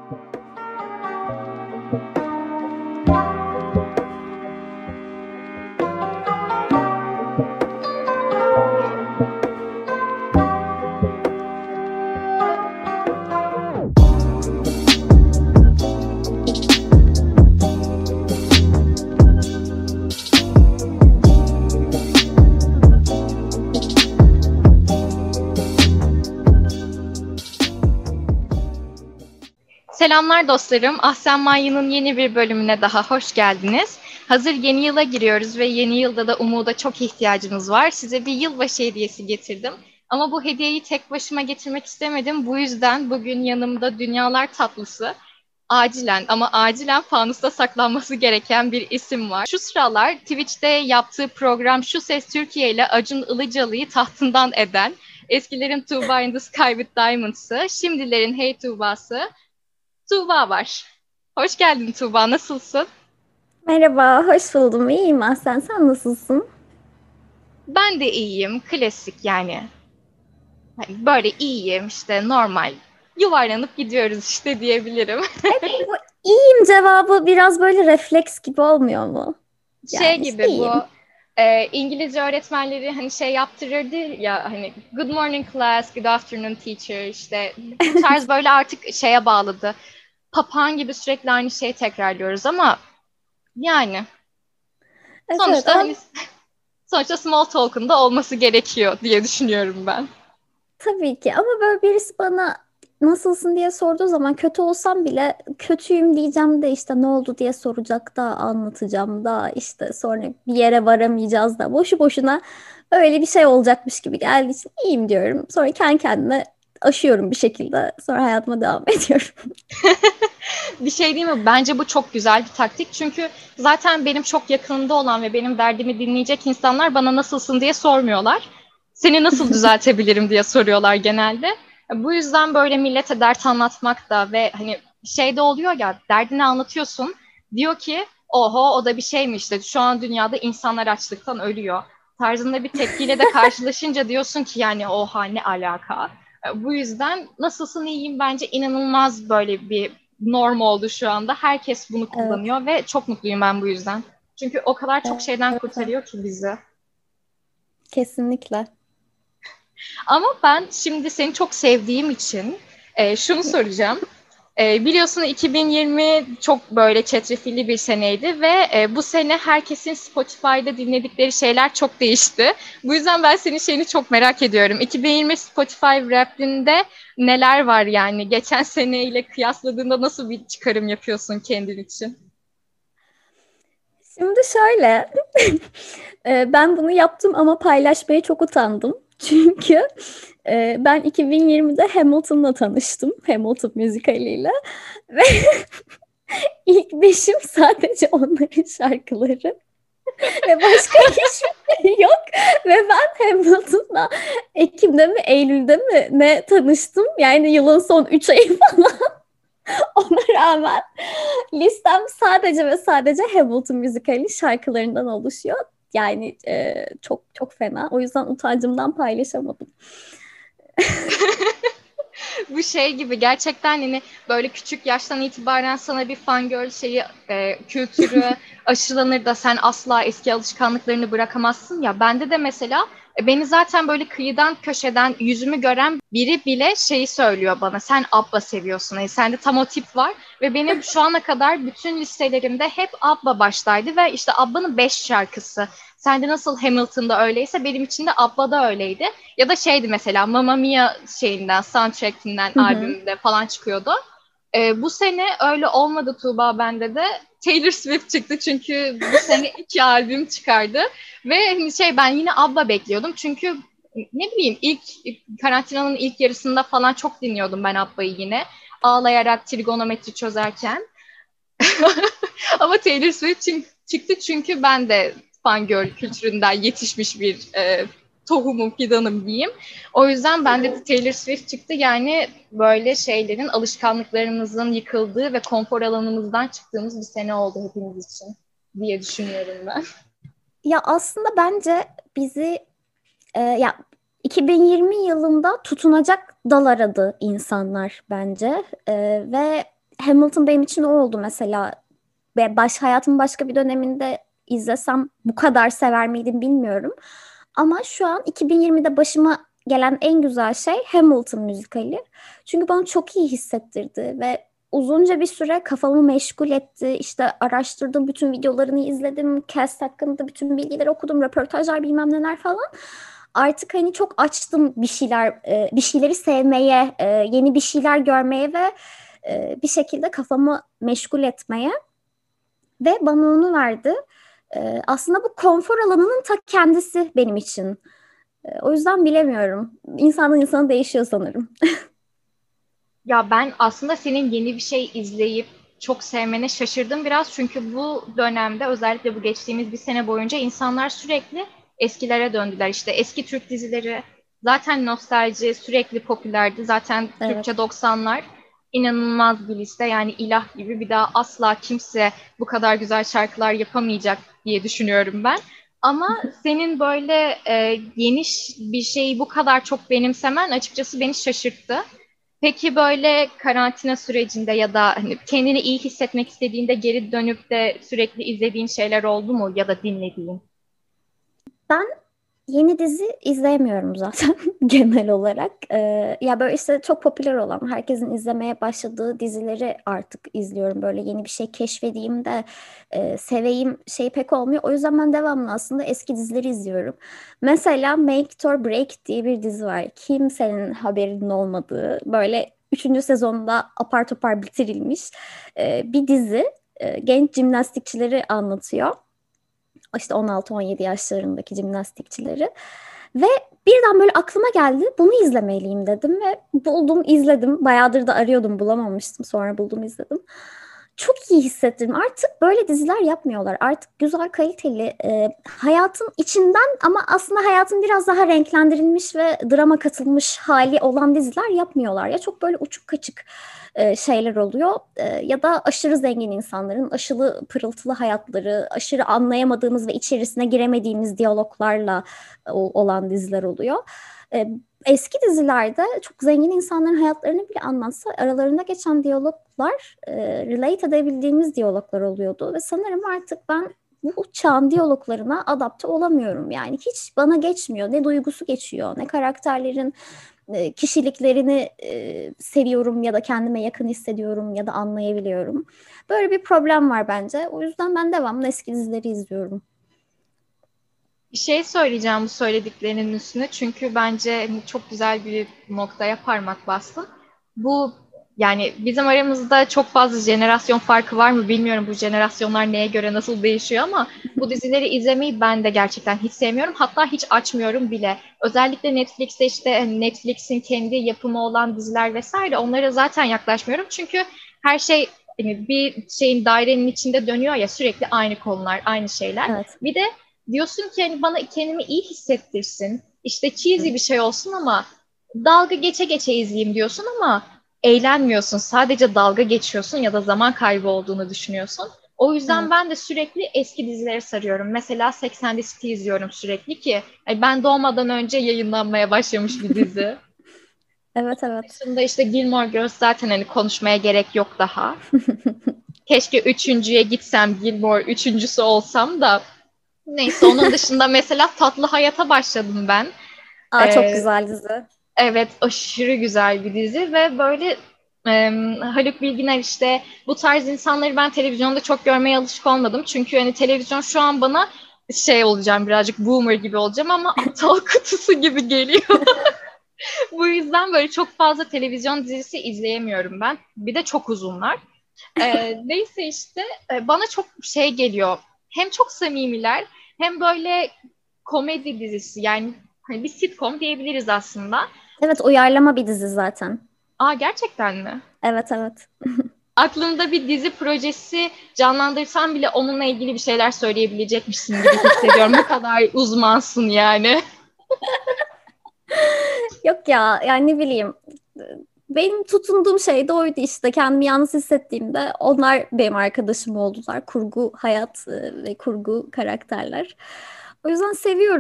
Selamlar dostlarım. Ahsen Manya'nın yeni bir bölümüne daha hoş geldiniz. Hazır yeni yıla giriyoruz ve yeni yılda da umuda çok ihtiyacımız var. Size bir yılbaşı hediyesi getirdim. Ama bu hediyeyi tek başıma getirmek istemedim. Bu yüzden bugün yanımda dünyalar tatlısı, acilen ama acilen fanusta saklanması gereken bir isim var. Şu sıralar Twitch'te yaptığı program Şu Ses Türkiye ile Acun Ilıcalı'yı tahtından eden, eskilerin Tuğba in the Sky with Diamonds'ı, şimdilerin Hey Tuğba'sı, Tuğba var. Hoş geldin Tuğba, nasılsın? Merhaba, hoş buldum. İyiyim Ahsen. Sen nasılsın? Ben de iyiyim, klasik yani. Hani böyle iyiyim işte normal. Yuvarlanıp gidiyoruz işte diyebilirim. Bu iyiyim cevabı biraz böyle refleks gibi olmuyor mu? Şey Yani işte gibi bu iyiyim. İngilizce öğretmenleri hani şey yaptırırdı ya hani good morning class, good afternoon teacher işte bu tarz böyle artık şeye bağladı. Papağan gibi sürekli aynı şeyi tekrarlıyoruz ama yani Evet, evet, sonuçta ama hani sonuçta small talk'un da olması gerekiyor diye düşünüyorum ben. tabii ki. Ama böyle birisi bana nasılsın diye sorduğu zaman kötü olsam bile kötüyüm diyeceğim de işte ne oldu diye soracak da anlatacağım da işte sonra bir yere varamayacağız da boşu boşuna öyle bir şey olacakmış gibi geldiği için iyiyim diyorum. Sonra kendi kendime aşıyorum bir şekilde. Sonra hayatıma devam ediyorum. Bir şey değil mi? Bence bu çok güzel bir taktik. Çünkü zaten benim çok yakınımda olan ve benim derdimi dinleyecek insanlar bana nasılsın diye sormuyorlar. Seni nasıl düzeltebilirim diye soruyorlar genelde. Bu yüzden böyle millete dert anlatmak da ve hani şey de oluyor ya derdini anlatıyorsun. Diyor ki oho o da bir şey mi işte şu an dünyada insanlar açlıktan ölüyor. Tarzında bir tepkiyle de karşılaşınca diyorsun ki yani oha ne alaka. Bu yüzden nasılsın iyiyim bence inanılmaz böyle bir norm oldu şu anda. Herkes bunu Evet, kullanıyor ve çok mutluyum ben bu yüzden. Çünkü o kadar çok şeyden evet, evet. kurtarıyor ki bizi. Kesinlikle. Ama ben şimdi seni çok sevdiğim için şunu soracağım. Biliyorsun 2020 çok böyle çetrefilli bir seneydi ve bu sene herkesin Spotify'da dinledikleri şeyler çok değişti. Bu yüzden ben senin şeyini çok merak ediyorum. 2020 Spotify Rap'inde neler var yani? Geçen seneyle kıyasladığında nasıl bir çıkarım yapıyorsun kendin için? Şimdi şöyle, ben bunu yaptım ama paylaşmaya çok utandım. Çünkü ben 2020'de Hamilton'la tanıştım. Hamilton müzikaliyle. Ve ilk beşim sadece onların şarkıları. Ve başka hiçbir şey yok. Ve ben Hamilton'la Ekim'de mi Eylül'de mi ne tanıştım. Yani yılın son 3 ayı falan. Ona rağmen listem sadece ve sadece Hamilton müzikalinin şarkılarından oluşuyor. Yani çok çok fena. O yüzden utancımdan paylaşamadım. Bu şey gibi gerçekten hani böyle küçük yaştan itibaren sana bir fangirl şeyi kültürü aşılanır da sen asla eski alışkanlıklarını bırakamazsın ya. Bende de mesela beni zaten böyle kıyıdan köşeden yüzümü gören biri bile şeyi söylüyor bana. Sen Abba seviyorsun. Yani sende tam o tip var ve benim şu ana kadar bütün listelerimde hep Abba baştaydı ve işte Abba'nın 5 şarkısı. Sende nasıl Hamilton'da öyleyse benim için de Abba'da öyleydi. Ya da şeydi mesela Mamma Mia şeyinden, soundtrackinden, Hı hı. albümünde falan çıkıyordu. Bu sene öyle olmadı Tuğba bende de. Taylor Swift çıktı çünkü bu sene 2 albüm çıkardı. Ve hani şey ben yine ABBA bekliyordum. Çünkü ne bileyim ilk karantinanın ilk yarısında falan çok dinliyordum ben ABBA'yı yine. Ağlayarak trigonometri çözerken. Ama Taylor Swift çıktı çünkü ben de fangirl kültüründen yetişmiş bir tohumum, fidanım diyeyim. O yüzden bende de Taylor Swift çıktı. Yani böyle şeylerin, alışkanlıklarımızın yıkıldığı ve konfor alanımızdan çıktığımız bir sene oldu hepimiz için diye düşünüyorum ben. Ya aslında bence bizi ya 2020 yılında tutunacak dal aradı insanlar bence. Ve Hamilton benim için o oldu mesela. Ve hayatımın başka bir döneminde izlesem bu kadar sever miydim bilmiyorum. Ama şu an 2020'de başıma gelen en güzel şey Hamilton müzikali. Çünkü bana çok iyi hissettirdi ve uzunca bir süre kafamı meşgul etti. İşte araştırdım, bütün videolarını izledim, cast hakkında bütün bilgileri okudum, röportajlar bilmem neler falan. Artık hani çok açtım bir şeyler, bir şeyleri sevmeye, yeni bir şeyler görmeye ve bir şekilde kafamı meşgul etmeye. Ve bana onu verdi. Aslında bu konfor alanının ta kendisi benim için. O yüzden bilemiyorum. İnsandan insana değişiyor sanırım. Ya ben aslında senin yeni bir şey izleyip çok sevmene şaşırdım biraz. Çünkü bu dönemde özellikle bu geçtiğimiz bir sene boyunca insanlar sürekli eskilere döndüler. İşte eski Türk dizileri zaten nostalji sürekli popülerdi. Zaten Evet. Türkçe 90'lar inanılmaz bir liste. Yani ilah gibi bir daha asla kimse bu kadar güzel şarkılar yapamayacak diye düşünüyorum ben. Ama senin böyle yeni bir şeyi bu kadar çok benimsemen açıkçası beni şaşırttı. Peki böyle karantina sürecinde ya da hani kendini iyi hissetmek istediğinde geri dönüp de sürekli izlediğin şeyler oldu mu ya da dinlediğin? Ben yeni dizi izleyemiyorum zaten genel olarak. Ya böyle işte çok popüler olan, herkesin izlemeye başladığı dizileri artık izliyorum. Böyle yeni bir şey keşfedeyim de seveyim şey pek olmuyor. O yüzden ben devamlı aslında eski dizileri izliyorum. Mesela Make It or Break diye bir dizi var. Kimsenin haberinin olmadığı, böyle üçüncü sezonda apar topar bitirilmiş bir dizi. Genç jimnastikçileri anlatıyor, işte 16-17 yaşlarındaki jimnastikçileri. Ve birden böyle aklıma geldi. Bunu izlemeliyim dedim ve buldum, izledim. Bayağıdır da arıyordum, bulamamıştım. Sonra buldum, izledim. Çok iyi hissettim. Artık böyle diziler yapmıyorlar. Artık güzel, kaliteli, hayatın içinden ama aslında hayatın biraz daha renklendirilmiş ve drama katılmış hali olan diziler yapmıyorlar. Ya çok böyle uçuk kaçık şeyler oluyor. Ya da aşırı zengin insanların aşırı pırıltılı hayatları, aşırı anlayamadığımız ve içerisine giremediğimiz diyaloglarla olan diziler oluyor. E, Eski dizilerde çok zengin insanların hayatlarını bile anlatsa aralarında geçen diyaloglar relate edebildiğimiz diyaloglar oluyordu ve sanırım artık ben bu çağın diyaloglarına adapte olamıyorum. Yani hiç bana geçmiyor. Ne duygusu geçiyor, ne karakterlerin kişiliklerini seviyorum ya da kendime yakın hissediyorum ya da anlayabiliyorum. Böyle bir problem var bence. O yüzden ben devamlı eski dizileri izliyorum. Bir şey söyleyeceğim bu söylediklerinin üstüne çünkü bence hani çok güzel bir noktaya parmak bastın. Bu yani bizim aramızda çok fazla jenerasyon farkı var mı bilmiyorum, bu jenerasyonlar neye göre nasıl değişiyor ama bu dizileri izlemeyi ben de gerçekten hiç sevmiyorum. Hatta hiç açmıyorum bile. Özellikle Netflix'te işte hani Netflix'in kendi yapımı olan diziler vesaire onlara zaten yaklaşmıyorum. Çünkü her şey hani bir şeyin dairenin içinde dönüyor ya, sürekli aynı konular, aynı şeyler. Evet. Bir de diyorsun ki hani bana kendimi iyi hissettirsin. İşte cheesy bir şey olsun ama dalga geçe geçe izleyeyim diyorsun ama eğlenmiyorsun. Sadece dalga geçiyorsun ya da zaman kaybı olduğunu düşünüyorsun. O yüzden Evet. ben de sürekli eski dizileri sarıyorum. Mesela Sex and the City izliyorum sürekli ki ben doğmadan önce yayınlanmaya başlamış bir dizi. Evet, evet. Dışında işte Gilmore Girls zaten hani konuşmaya gerek yok daha. Keşke üçüncüye gitsem, Gilmore üçüncüsü olsam da. Neyse, onun dışında mesela Tatlı Hayat'a başladım ben. Aa, çok Ee, güzel dizi. evet, aşırı güzel bir dizi ve böyle Haluk Bilginer işte bu tarz insanları ben televizyonda çok görmeye alışık olmadım. Çünkü hani televizyon şu an bana şey olacağım, birazcık boomer gibi olacağım ama aptal kutusu gibi geliyor. Bu yüzden böyle çok fazla televizyon dizisi izleyemiyorum ben. Bir de çok uzunlar. Neyse işte bana çok şey geliyor. Hem çok samimiler hem böyle komedi dizisi, yani hani bir sitcom diyebiliriz aslında. Evet, uyarlama bir dizi zaten. Aa, gerçekten mi? Evet, evet. Aklında bir dizi projesi canlandırsan bile onunla ilgili bir şeyler söyleyebilecekmişsin gibi hissediyorum. Bu kadar uzmansın yani. Yok ya, yani ne bileyim. Benim tutunduğum şey de oydu işte. Kendimi yalnız hissettiğimde onlar benim arkadaşım oldular. Kurgu hayat ve kurgu karakterler. O yüzden seviyorum.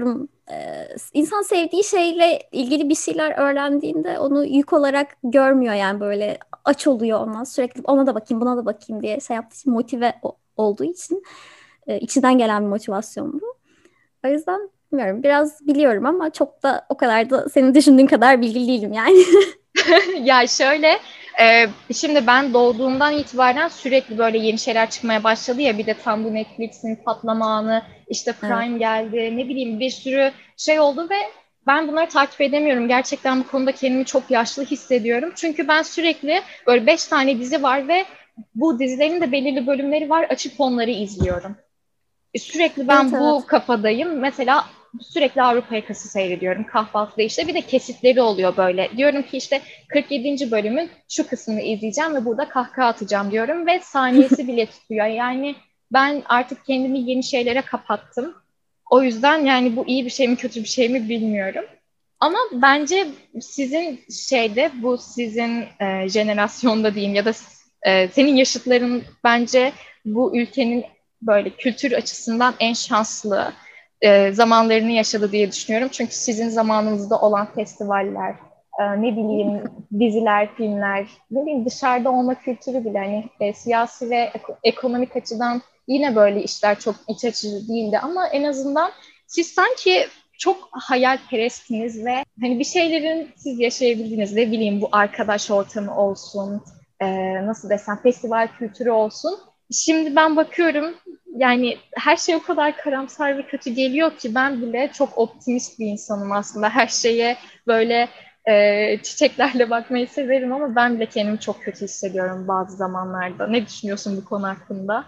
insan sevdiği şeyle ilgili bir şeyler öğrendiğinde onu yük olarak görmüyor, yani böyle aç oluyor ondan, sürekli ona da bakayım buna da bakayım diye şey yaptığı için, motive olduğu için içinden gelen bir motivasyon bu. O yüzden bilmiyorum, biraz biliyorum ama çok da o kadar da senin düşündüğün kadar bilgili değilim yani. Ya şöyle, şimdi ben doğduğumdan itibaren sürekli böyle yeni şeyler çıkmaya başladı ya, bir de tam bu Netflix'in patlama anı, işte Evet. Prime geldi, ne bileyim bir sürü şey oldu ve ben bunları takip edemiyorum. Gerçekten bu konuda kendimi çok yaşlı hissediyorum. Çünkü ben sürekli böyle 5 tane dizi var ve bu dizilerin de belirli bölümleri var, açıp onları izliyorum. Sürekli Evet, ben bu evet. kafadayım. Mesela sürekli Avrupa Yakası seyrediyorum kahvaltıda işte. Bir de kesitleri oluyor böyle. Diyorum ki işte 47. bölümün şu kısmını izleyeceğim ve burada kahkaha atacağım diyorum ve saniyesi bile tutuyor. Yani ben artık kendimi yeni şeylere kapattım. O yüzden yani bu iyi bir şey mi kötü bir şey mi bilmiyorum. Ama bence sizin şeyde, bu sizin jenerasyonda diyeyim ya da senin yaşıtların bence bu ülkenin böyle kültür açısından en şanslı zamanlarını yaşadı diye düşünüyorum. Çünkü sizin zamanınızda olan festivaller, ne bileyim diziler, filmler, ne bileyim dışarıda olma kültürü bile hani siyasi ve ekonomik açıdan yine böyle işler çok iç açıcı değildi ama en azından siz sanki çok hayalperesttiniz ve hani bir şeylerin siz yaşayabildiniz. Ne bileyim bu arkadaş ortamı olsun, nasıl desem festival kültürü olsun. Şimdi ben bakıyorum yani her şey o kadar karamsar ve kötü geliyor ki ben bile çok optimist bir insanım aslında. Her şeye böyle çiçeklerle bakmayı severim ama ben bile kendimi çok kötü hissediyorum bazı zamanlarda. Ne düşünüyorsun bu konu hakkında?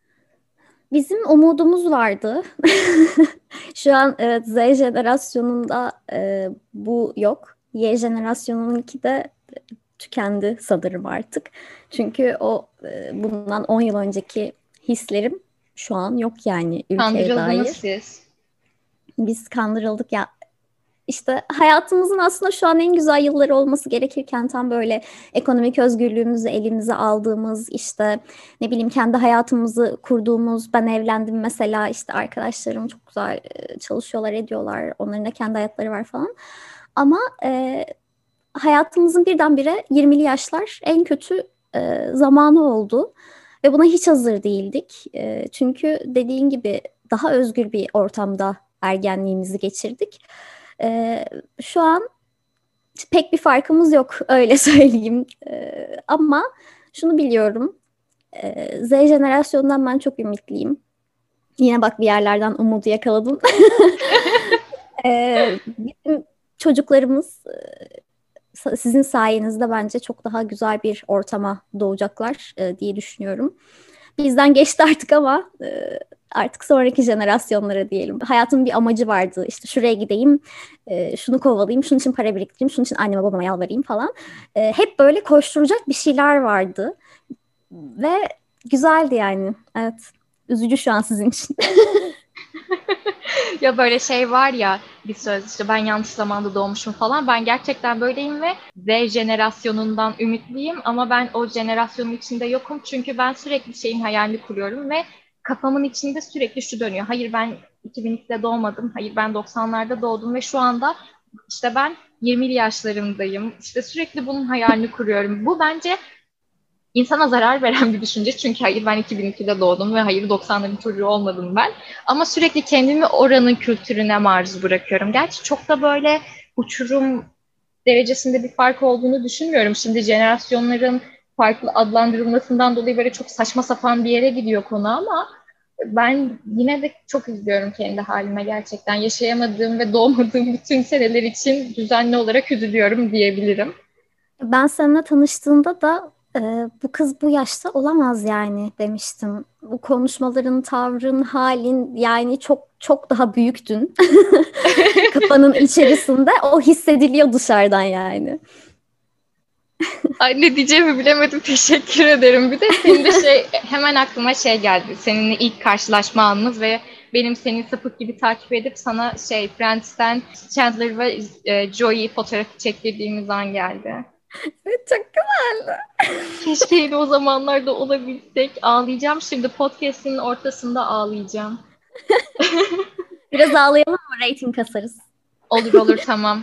Bizim umudumuz vardı. Şu an evet, Z jenerasyonunda bu yok. Y jenerasyonununki de tükendi sanırım artık. Çünkü o bundan 10 yıl önceki hislerim şu an yok yani ülkeye Kandırıldınız dair. siz. Biz kandırıldık ya. İşte hayatımızın aslında şu an en güzel yılları olması gerekirken tam böyle ekonomik özgürlüğümüzü elimize aldığımız, işte ne bileyim kendi hayatımızı kurduğumuz, ben evlendim mesela, işte arkadaşlarım çok güzel çalışıyorlar ediyorlar, onların da kendi hayatları var falan. Ama hayatımızın birdenbire 20'li yaşlar en kötü zamanı oldu ve buna hiç hazır değildik. Çünkü dediğin gibi daha özgür bir ortamda ergenliğimizi geçirdik. Şu an pek bir farkımız yok, öyle söyleyeyim. Ama şunu biliyorum, Z jenerasyonundan ben çok ümitliyim. Yine bak bir yerlerden umudu yakaladım. Bizim çocuklarımız sizin sayenizde bence çok daha güzel bir ortama doğacaklar diye düşünüyorum. Bizden geçti artık ama artık sonraki jenerasyonlara diyelim. Hayatımın bir amacı vardı. İşte şuraya gideyim, şunu kovalayayım, şunun için para biriktireyim, şunun için anneme babama yalvarayım falan. Hep böyle koşturacak bir şeyler vardı. Ve güzeldi yani. Evet. Üzücü şu an sizin için. Ya böyle şey var ya, bir söz işte ben yanlış zamanda doğmuşum falan. Ben gerçekten böyleyim ve Z jenerasyonundan ümitliyim ama ben o jenerasyonun içinde yokum. Çünkü ben sürekli şeyin hayalini kuruyorum ve kafamın içinde sürekli şu dönüyor. Hayır ben 2002'de doğmadım. Hayır ben 90'larda doğdum ve şu anda işte ben 20'li yaşlarımdayım. İşte sürekli bunun hayalini kuruyorum. Bu bence insana zarar veren bir düşünce. Çünkü hayır ben 2002'de doğdum ve hayır 90'ların çocuğu olmadım ben. Ama sürekli kendimi oranın kültürüne maruz bırakıyorum. Gerçi çok da böyle uçurum derecesinde bir fark olduğunu düşünmüyorum. Şimdi jenerasyonların farklı adlandırılmasından dolayı böyle çok saçma sapan bir yere gidiyor konu ama ben yine de çok üzülüyorum kendi halime gerçekten. Yaşayamadığım ve doğmadığım bütün seneler için düzenli olarak üzülüyorum diyebilirim. Ben seninle tanıştığımda da bu kız bu yaşta olamaz yani demiştim. Bu konuşmaların, tavrın, halin yani çok çok daha büyüktün. Kafanın içerisinde o hissediliyor dışarıdan yani. Ay ne diyeceğimi bilemedim. Teşekkür ederim. Bir de senin de hemen aklıma şey geldi. Seninle ilk karşılaşma anımız ve benim seni sapık gibi takip edip sana Friends'ten Chandler ve Joey fotoğrafı çektirdiğimiz an geldi. Çok güzeldi. Keşke yine o zamanlarda olabilsek. Ağlayacağım şimdi. Podcast'in ortasında ağlayacağım. Biraz ağlayalım mı rating kasarız. Olur olur, tamam.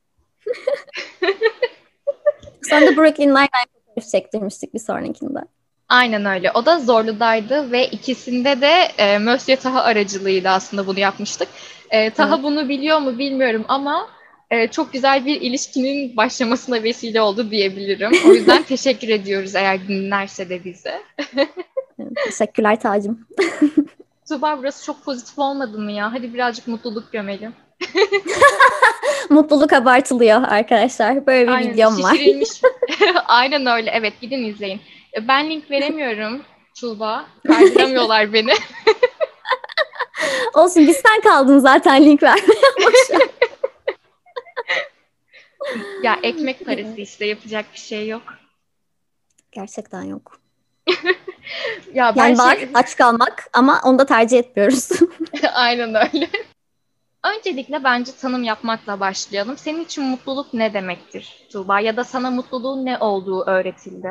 Sonra da Brooklyn Nine-Nine fotoğrafı çektirmiştik bir sonrakinde. Aynen öyle. O da Zorlu'daydı ve ikisinde de Monsieur Taha aracılığıyla aslında bunu yapmıştık. Taha Evet. bunu biliyor mu bilmiyorum ama çok güzel bir ilişkinin başlamasına vesile oldu diyebilirim. O yüzden teşekkür ediyoruz eğer dinlerse de bize. Teşekkürler Tacım. Tuğba, burası çok pozitif olmadı mı ya? Hadi birazcık mutluluk gömelim. Mutluluk abartılıyor arkadaşlar. Böyle bir Aynen, videom var. şişirilmiş. Aynen öyle. Evet, gidin izleyin. Ben link veremiyorum Tuğba. Kaydıramıyorlar beni. Olsun, biz sen kaldın zaten link vermeye. Ya ekmek parası işte, yapacak bir şey yok. Gerçekten yok. Ya ben Yani var aç kalmak ama onu da tercih etmiyoruz. Aynen öyle. Öncelikle bence tanım yapmakla başlayalım. Senin için mutluluk ne demektir Tuğba? Ya da sana mutluluğun ne olduğu öğretildi?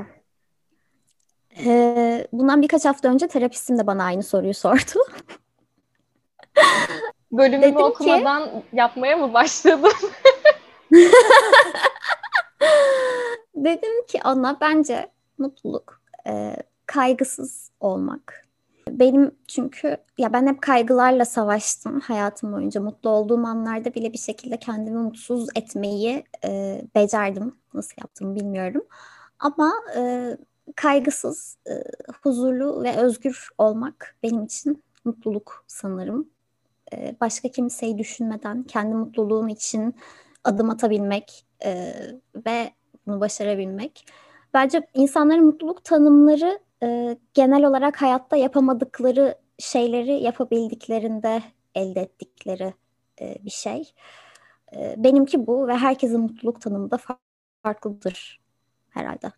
Bundan birkaç hafta önce terapistim de bana aynı soruyu sordu. Bölümümü Dedim ki okumadan yapmaya mı başladın? dedim ki ona bence mutluluk kaygısız olmak. Benim çünkü ya ben hep kaygılarla savaştım hayatım boyunca. Mutlu olduğum anlarda bile bir şekilde kendimi mutsuz etmeyi becerdim. Nasıl yaptım bilmiyorum. Ama kaygısız, huzurlu ve özgür olmak benim için mutluluk sanırım. Başka kimseyi düşünmeden kendi mutluluğum için adım atabilmek ve bunu başarabilmek. Bence insanların mutluluk tanımları genel olarak hayatta yapamadıkları şeyleri yapabildiklerinde elde ettikleri bir şey. Benimki bu ve herkesin mutluluk tanımı da farklıdır herhalde.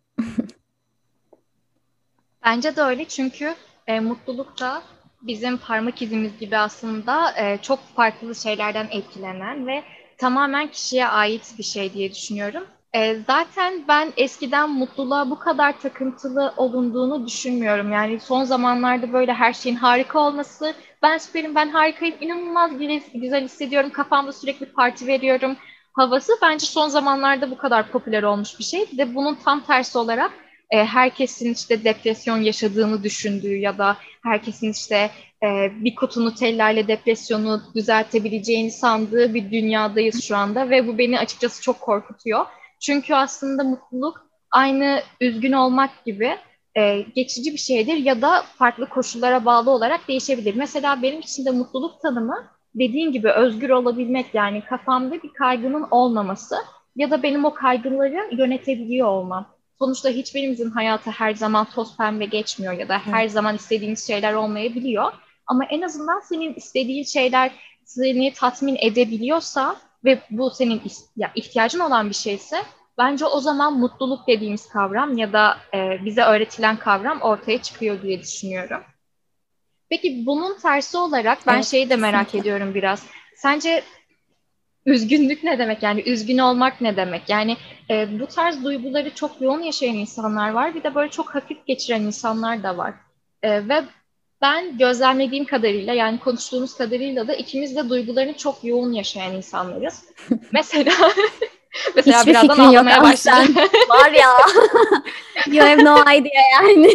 Bence de öyle, çünkü mutluluk da bizim parmak izimiz gibi aslında çok farklı şeylerden etkilenen ve tamamen kişiye ait bir şey diye düşünüyorum. Zaten ben eskiden mutluluğa bu kadar takıntılı olunduğunu düşünmüyorum. Yani son zamanlarda böyle her şeyin harika olması, ben süperim, ben harikayım, inanılmaz güzel hissediyorum, kafamda sürekli parti veriyorum havası bence son zamanlarda bu kadar popüler olmuş bir şey. Bir de bunun tam tersi olarak herkesin işte depresyon yaşadığını düşündüğü ya da herkesin işte bir kutu Nutella ile depresyonu düzeltebileceğini sandığı bir dünyadayız şu anda ve bu beni açıkçası çok korkutuyor. Çünkü aslında mutluluk aynı üzgün olmak gibi geçici bir şeydir ya da farklı koşullara bağlı olarak değişebilir. Mesela benim için de mutluluk tanımı dediğin gibi özgür olabilmek, yani kafamda bir kaygının olmaması ya da benim o kaygıları yönetebiliyor olmam. Sonuçta hiçbirimizin hayatı her zaman toz pembe geçmiyor ya da her Evet. zaman istediğimiz şeyler olmayabiliyor. Ama en azından senin istediğin şeyler seni tatmin edebiliyorsa ve bu senin ihtiyacın olan bir şeyse bence o zaman mutluluk dediğimiz kavram ya da bize öğretilen kavram ortaya çıkıyor diye düşünüyorum. Peki bunun tersi olarak ben Evet, şeyi de merak kesinlikle. ediyorum biraz. Sence üzgünlük ne demek? Yani üzgün olmak ne demek? Yani bu tarz duyguları çok yoğun yaşayan insanlar var. Bir de böyle çok hafif geçiren insanlar da var. Ve ben gözlemlediğim kadarıyla, yani konuştuğumuz kadarıyla da ikimiz de duygularını çok yoğun yaşayan insanlarız. Mesela mesela Hiçbir birazdan fikrin yok ağlamaya ama başlayacağım. sen var ya. You have no idea yani.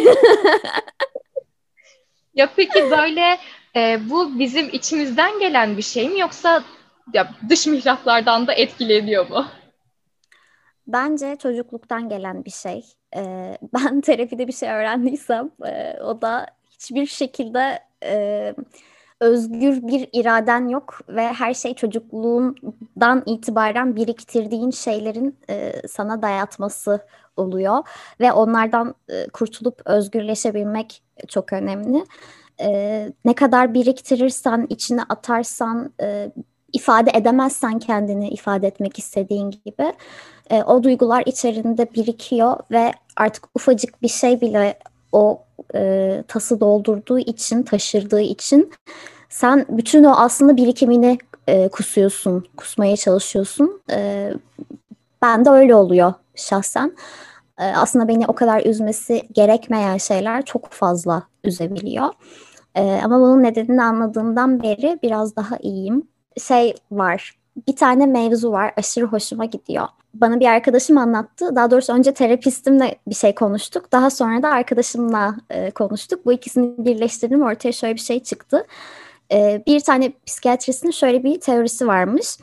Ya peki böyle bu bizim içimizden gelen bir şey mi, yoksa ya dış mihraklardan da etkileniyor mu? Bence çocukluktan gelen bir şey. Ben terapide bir şey öğrendiysem o da hiçbir şekilde özgür bir iraden yok ve her şey çocukluğundan itibaren biriktirdiğin şeylerin sana dayatması oluyor ve onlardan kurtulup özgürleşebilmek çok önemli. Ne kadar biriktirirsen, içine atarsan, ifade edemezsen kendini ifade etmek istediğin gibi o duygular içerisinde birikiyor ve artık ufacık bir şey bile o tası doldurduğu için, taşırdığı için sen bütün o aslında birikimini kusuyorsun, kusmaya çalışıyorsun. Ben de öyle oluyor şahsen. Aslında beni o kadar üzmesi gerekmeyen şeyler çok fazla üzebiliyor. Ama bunun nedenini anladığımdan beri biraz daha iyiyim. şey var. Bir tane mevzu var. Aşırı hoşuma gidiyor. Bana bir arkadaşım anlattı. Daha doğrusu önce terapistimle bir şey konuştuk. Daha sonra da arkadaşımla konuştuk. Bu ikisini birleştirdim. Ortaya şöyle bir şey çıktı. Bir tane psikiyatristin şöyle bir teorisi varmış.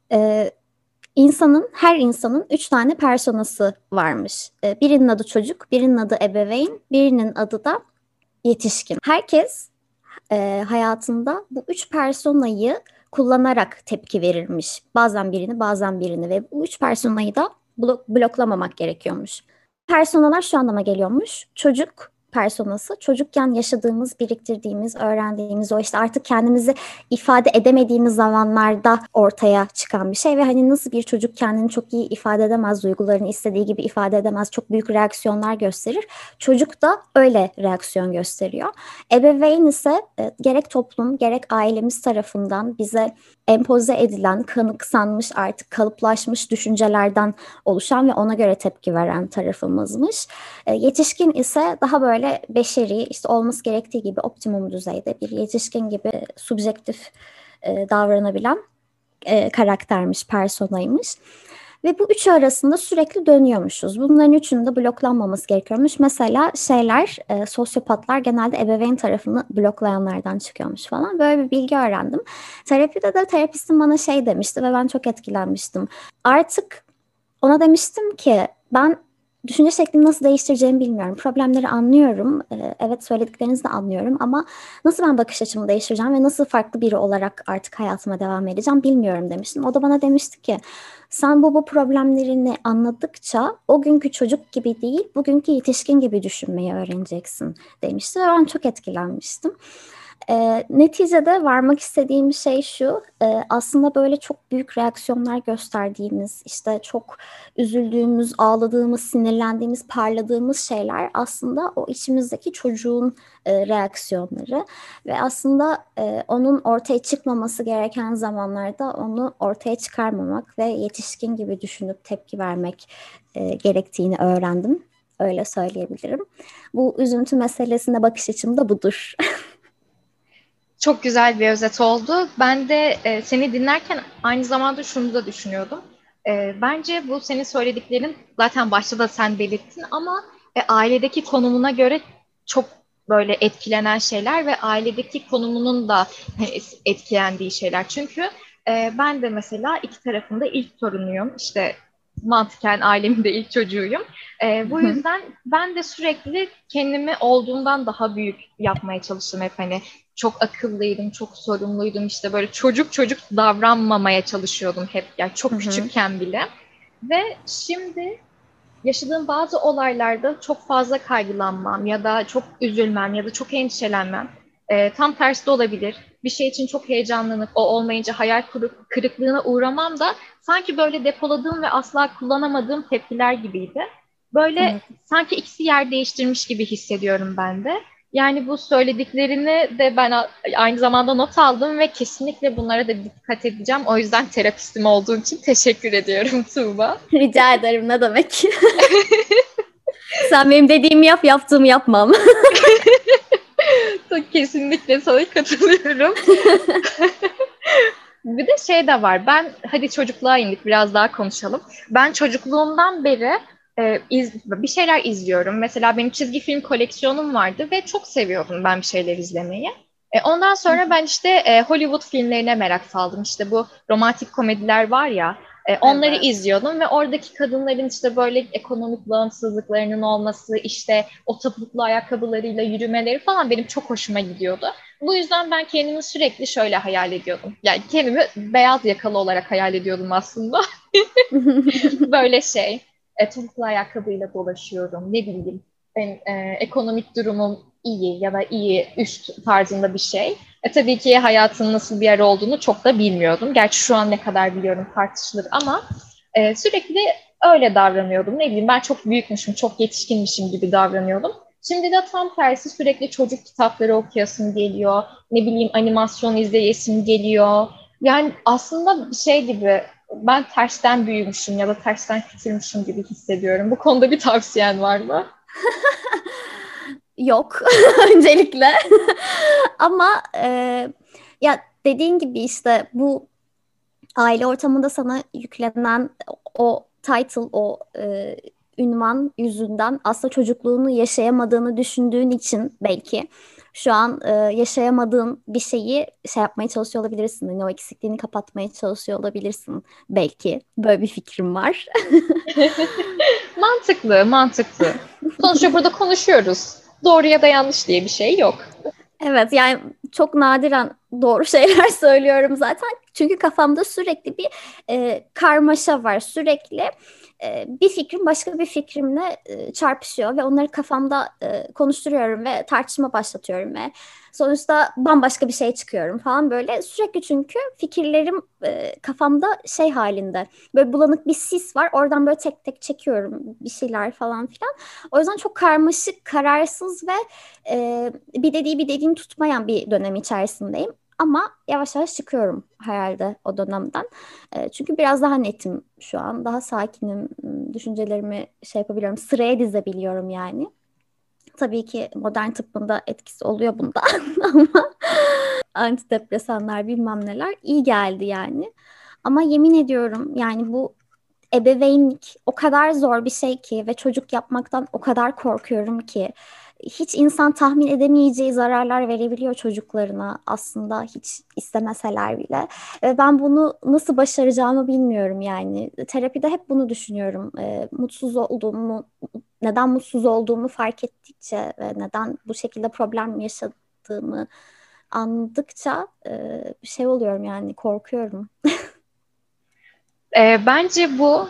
Her insanın 3 tane personası varmış. Birinin adı çocuk, birinin adı ebeveyn, birinin adı da yetişkin. Herkes hayatında bu 3 personayı kullanarak tepki verirmiş. Bazen birini, bazen birini ve bu 3 personayı da bloklamamak gerekiyormuş. Personalar şu anlama geliyormuş. Çocuk personası, çocukken yaşadığımız, biriktirdiğimiz, öğrendiğimiz, o işte artık kendimizi ifade edemediğimiz zamanlarda ortaya çıkan bir şey ve hani nasıl bir çocuk kendini çok iyi ifade edemez, duygularını istediği gibi ifade edemez, çok büyük reaksiyonlar gösterir. Çocuk da öyle reaksiyon gösteriyor. Ebeveyn ise gerek toplum, gerek ailemiz tarafından bize empoze edilen, kanıksanmış, artık kalıplaşmış düşüncelerden oluşan ve ona göre tepki veren tarafımızmış. Yetişkin ise daha böyle beşeri, işte olması gerektiği gibi optimum düzeyde bir yetişkin gibi subjektif davranabilen karaktermiş, personaymış. Ve bu üçü arasında sürekli dönüyormuşuz. Bunların üçünün de bloklanmaması gerekiyormuş. Mesela sosyopatlar genelde ebeveyn tarafını bloklayanlardan çıkıyormuş falan. Böyle bir bilgi öğrendim. Terapide de terapistim bana şey demişti ve ben çok etkilenmiştim. Artık ona demiştim ki ben düşünce şeklimi nasıl değiştireceğimi bilmiyorum. Problemleri anlıyorum. Evet, söylediklerinizi de anlıyorum ama nasıl ben bakış açımı değiştireceğim ve nasıl farklı biri olarak artık hayatıma devam edeceğim bilmiyorum demiştim. O da bana demişti ki sen bu problemlerini anladıkça o günkü çocuk gibi değil, bugünkü yetişkin gibi düşünmeyi öğreneceksin demişti ve ben çok etkilenmiştim. Neticede varmak istediğim şey şu, aslında böyle çok büyük reaksiyonlar gösterdiğimiz, işte çok üzüldüğümüz, ağladığımız, sinirlendiğimiz, parladığımız şeyler aslında o içimizdeki çocuğun reaksiyonları ve aslında onun ortaya çıkmaması gereken zamanlarda onu ortaya çıkarmamak ve yetişkin gibi düşünüp tepki vermek gerektiğini öğrendim. Öyle söyleyebilirim. Bu üzüntü meselesine bakış açım da budur. Çok güzel bir özet oldu. Ben de seni dinlerken aynı zamanda şunu da düşünüyordum. Bence bu senin söylediklerin zaten başta da sen belirttin ama ailedeki konumuna göre çok böyle etkilenen şeyler ve ailedeki konumunun da etkilendiği şeyler. Çünkü ben de mesela iki tarafında ilk torunuyum. İşte mantıken ailemin de ilk çocuğuyum. Bu yüzden ben de sürekli kendimi olduğumdan daha büyük yapmaya çalıştım hep hani çok akıllıydım, çok sorumluydum işte böyle çocuk çocuk davranmamaya çalışıyordum hep yani çok küçükken bile. Ve şimdi yaşadığım bazı olaylarda çok fazla kaygılanmam ya da çok üzülmem ya da çok endişelenmem. Tam tersi de olabilir. Bir şey için çok heyecanlanıp o olmayınca hayal kırıklığına uğramam da sanki böyle depoladığım ve asla kullanamadığım tepkiler gibiydi. Böyle Evet. sanki ikisi yer değiştirmiş gibi hissediyorum ben de. Yani bu söylediklerini de ben aynı zamanda not aldım ve kesinlikle bunlara da dikkat edeceğim. O yüzden terapistim olduğun için teşekkür ediyorum Tuğba. Rica ederim, ne demek. Sen benim dediğimi yap, yaptığımı yapmam. Kesinlikle sana katılıyorum. Bir de şey de var. Hadi çocukluğa indik biraz daha konuşalım. Ben çocukluğumdan beri bir şeyler izliyorum. Mesela benim çizgi film koleksiyonum vardı ve çok seviyordum ben bir şeyler izlemeyi. Ondan sonra ben işte Hollywood filmlerine merak saldım. İşte bu romantik komediler var ya, onları Evet. izliyordum ve oradaki kadınların işte böyle ekonomik bağımsızlıklarının olması, işte o topuklu ayakkabılarıyla yürümeleri falan benim çok hoşuma gidiyordu. Bu yüzden ben kendimi sürekli şöyle hayal ediyordum. Yani kendimi beyaz yakalı olarak hayal ediyordum aslında. Böyle topuklu ayakkabıyla dolaşıyorum. Ne bileyim, ekonomik durumum iyi ya da iyi üst tarzında bir şey. Tabii ki hayatın nasıl bir yer olduğunu çok da bilmiyordum. Gerçi şu an ne kadar biliyorum tartışılır ama sürekli öyle davranıyordum. Ne bileyim ben çok büyükmüşüm, çok yetişkinmişim gibi davranıyordum. Şimdi de tam tersi sürekli çocuk kitapları okuyasım geliyor. Ne bileyim animasyon izleyesim geliyor. Yani aslında bir şey gibi ben tersten büyümüşüm ya da tersten küçülmüşüm gibi hissediyorum. Bu konuda bir tavsiyen var mı? Yok öncelikle. Ama ya dediğin gibi işte bu aile ortamında sana yüklenen o title, o ünvan yüzünden aslında çocukluğunu yaşayamadığını düşündüğün için belki şu an yaşayamadığın bir şeyi şey yapmaya çalışıyor olabilirsin. Hani o eksikliğini kapatmaya çalışıyor olabilirsin belki. Böyle bir fikrim var. Mantıklı, mantıklı. Sonuçta burada konuşuyoruz. Doğru ya da yanlış diye bir şey yok. Evet, yani çok nadiren doğru şeyler söylüyorum zaten. Çünkü kafamda sürekli bir karmaşa var. Sürekli bir fikrim başka bir fikrimle çarpışıyor ve onları kafamda konuşturuyorum ve tartışma başlatıyorum ve sonuçta bambaşka bir şey çıkıyorum falan böyle. Sürekli çünkü fikirlerim kafamda şey halinde. Böyle bulanık bir sis var. Oradan böyle tek tek çekiyorum bir şeyler falan filan. O yüzden çok karmaşık, kararsız ve bir dediğini tutmayan bir dönem içerisindeyim. Ama yavaş yavaş çıkıyorum herhalde o dönemden. Çünkü biraz daha netim şu an. Daha sakinim. Düşüncelerimi şey yapabiliyorum. Sıraya dizebiliyorum yani. Tabii ki modern tıbbın da etkisi oluyor bunda. Ama antidepresanlar bilmem neler iyi geldi yani. Ama yemin ediyorum yani bu ebeveynlik o kadar zor bir şey ki ve çocuk yapmaktan o kadar korkuyorum ki hiç insan tahmin edemeyeceği zararlar verebiliyor çocuklarına aslında hiç istemeseler bile. Ve ben bunu nasıl başaracağımı bilmiyorum yani. Terapide hep bunu düşünüyorum. Mutsuz olduğumu, neden mutsuz olduğumu fark ettikçe ve neden bu şekilde problem yaşadığımı anladıkça şey oluyorum yani korkuyorum. Bence bu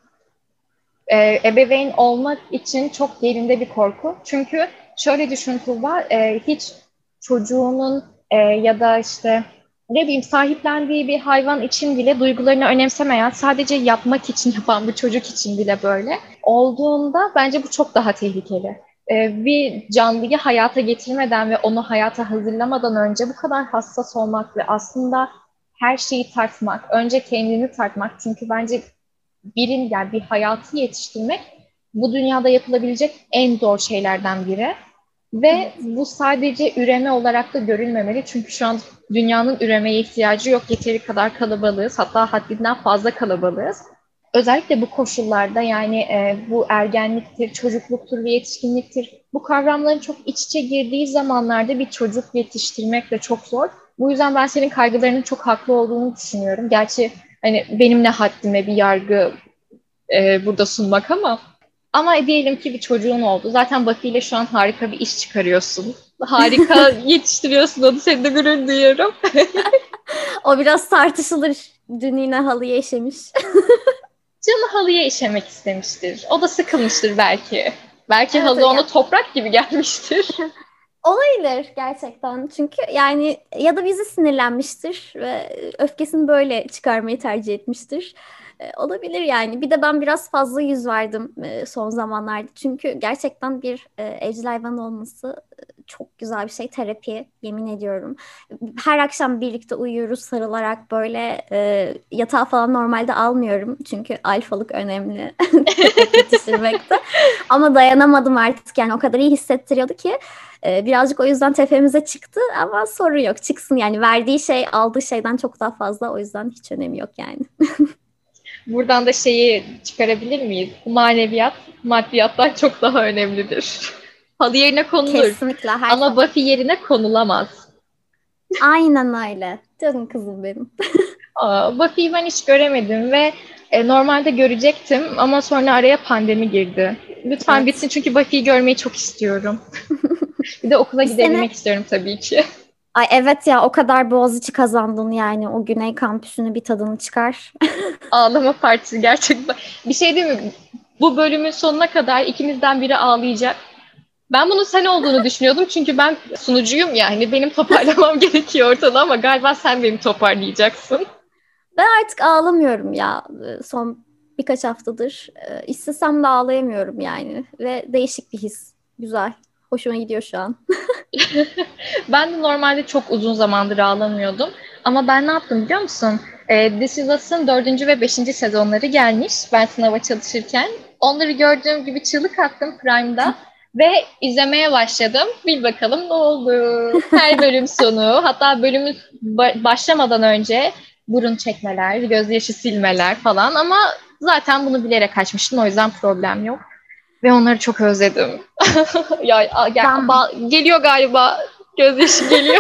ebeveyn olmak için çok yerinde bir korku. Çünkü şöyle düşün Tuğba, hiç çocuğunun ya da işte ne bileyim sahiplendiği bir hayvan için bile duygularını önemsemeyen, sadece yapmak için yapan bir çocuk için bile böyle olduğunda bence bu çok daha tehlikeli. Bir canlıyı hayata getirmeden ve onu hayata hazırlamadan önce bu kadar hassas olmak ve aslında her şeyi tartmak, önce kendini tartmak. Çünkü bence yani bir hayatı yetiştirmek bu dünyada yapılabilecek en zor şeylerden biri. Ve Evet. bu sadece üreme olarak da görülmemeli. Çünkü şu an dünyanın üremeye ihtiyacı yok. Yeteri kadar kalabalığız. Hatta haddinden fazla kalabalığız. Özellikle bu koşullarda yani bu ergenliktir, çocukluktur ve yetişkinliktir. Bu kavramların çok iç içe girdiği zamanlarda bir çocuk yetiştirmek de çok zor. Bu yüzden ben senin kaygılarının çok haklı olduğunu düşünüyorum. Gerçi hani benim ne haddime bir yargı burada sunmak ama diyelim ki bir çocuğun oldu. Zaten Buffy ile şu an harika bir iş çıkarıyorsun. Harika yetiştiriyorsun onu. Seni de gurur duyuyorum. O biraz tartışılır. Dün yine halıya işemiş. Canı halıya işemek istemiştir. O da sıkılmıştır belki. Belki Evet, halı ya ona toprak gibi gelmiştir. olabilir gerçekten. Çünkü yani ya da bizi sinirlenmiştir ve öfkesini böyle çıkarmayı tercih etmiştir. Olabilir yani. Bir de ben biraz fazla yüz verdim son zamanlarda. Çünkü gerçekten bir evcil hayvan olması çok güzel bir şey. Terapi, yemin ediyorum. Her akşam birlikte uyuyoruz sarılarak böyle yatağa falan normalde almıyorum. Çünkü alfalık önemli köpek yetiştirmekte. Ama dayanamadım artık yani o kadar iyi hissettiriyordu ki. Birazcık o yüzden tepemize çıktı ama sorun yok. Çıksın yani verdiği şey aldığı şeyden çok daha fazla. O yüzden hiç önemi yok yani. Buradan da şeyi çıkarabilir miyiz? Maneviyat maddiyattan çok daha önemlidir. Halı yerine konulur Kesinlikle her ama zaman. Buffy yerine konulamaz. Aynen öyle. Canım kızım benim. Buffy'yi ben hiç göremedim ve normalde görecektim ama sonra araya pandemi girdi. Lütfen Evet. bitsin çünkü Buffy'yi görmeyi çok istiyorum. Bir de okula Bir sene gidebilmek istiyorum tabii ki. ay evet ya o kadar Boğaziçi kazandın yani o Güney kampüsünü bir tadını çıkar. Ağlama partisi gerçekten. Bir şey değil mi? Bu bölümün sonuna kadar ikimizden biri ağlayacak. Ben bunun sen olduğunu düşünüyordum çünkü ben sunucuyum yani benim toparlamam gerekiyor ortada ama galiba sen beni toparlayacaksın. Ben artık ağlamıyorum ya son birkaç haftadır. İstesem de ağlayamıyorum yani ve değişik bir his. Güzel. Hoşuma gidiyor şu an. Ben de normalde çok uzun zamandır ağlamıyordum. Ama ben ne yaptım biliyor musun? This Is Us'ın 4. ve 5. sezonları gelmiş ben sınava çalışırken. Onları gördüğüm gibi çığlık attım Prime'da ve izlemeye başladım. Bil bakalım ne oldu? Her bölüm sonu, hatta bölümün başlamadan önce burun çekmeler, gözyaşı silmeler falan ama zaten bunu bilerek açmıştım. O yüzden problem yok. Ve onları çok özledim. Ben Geliyor galiba. Gözyaşı geliyor.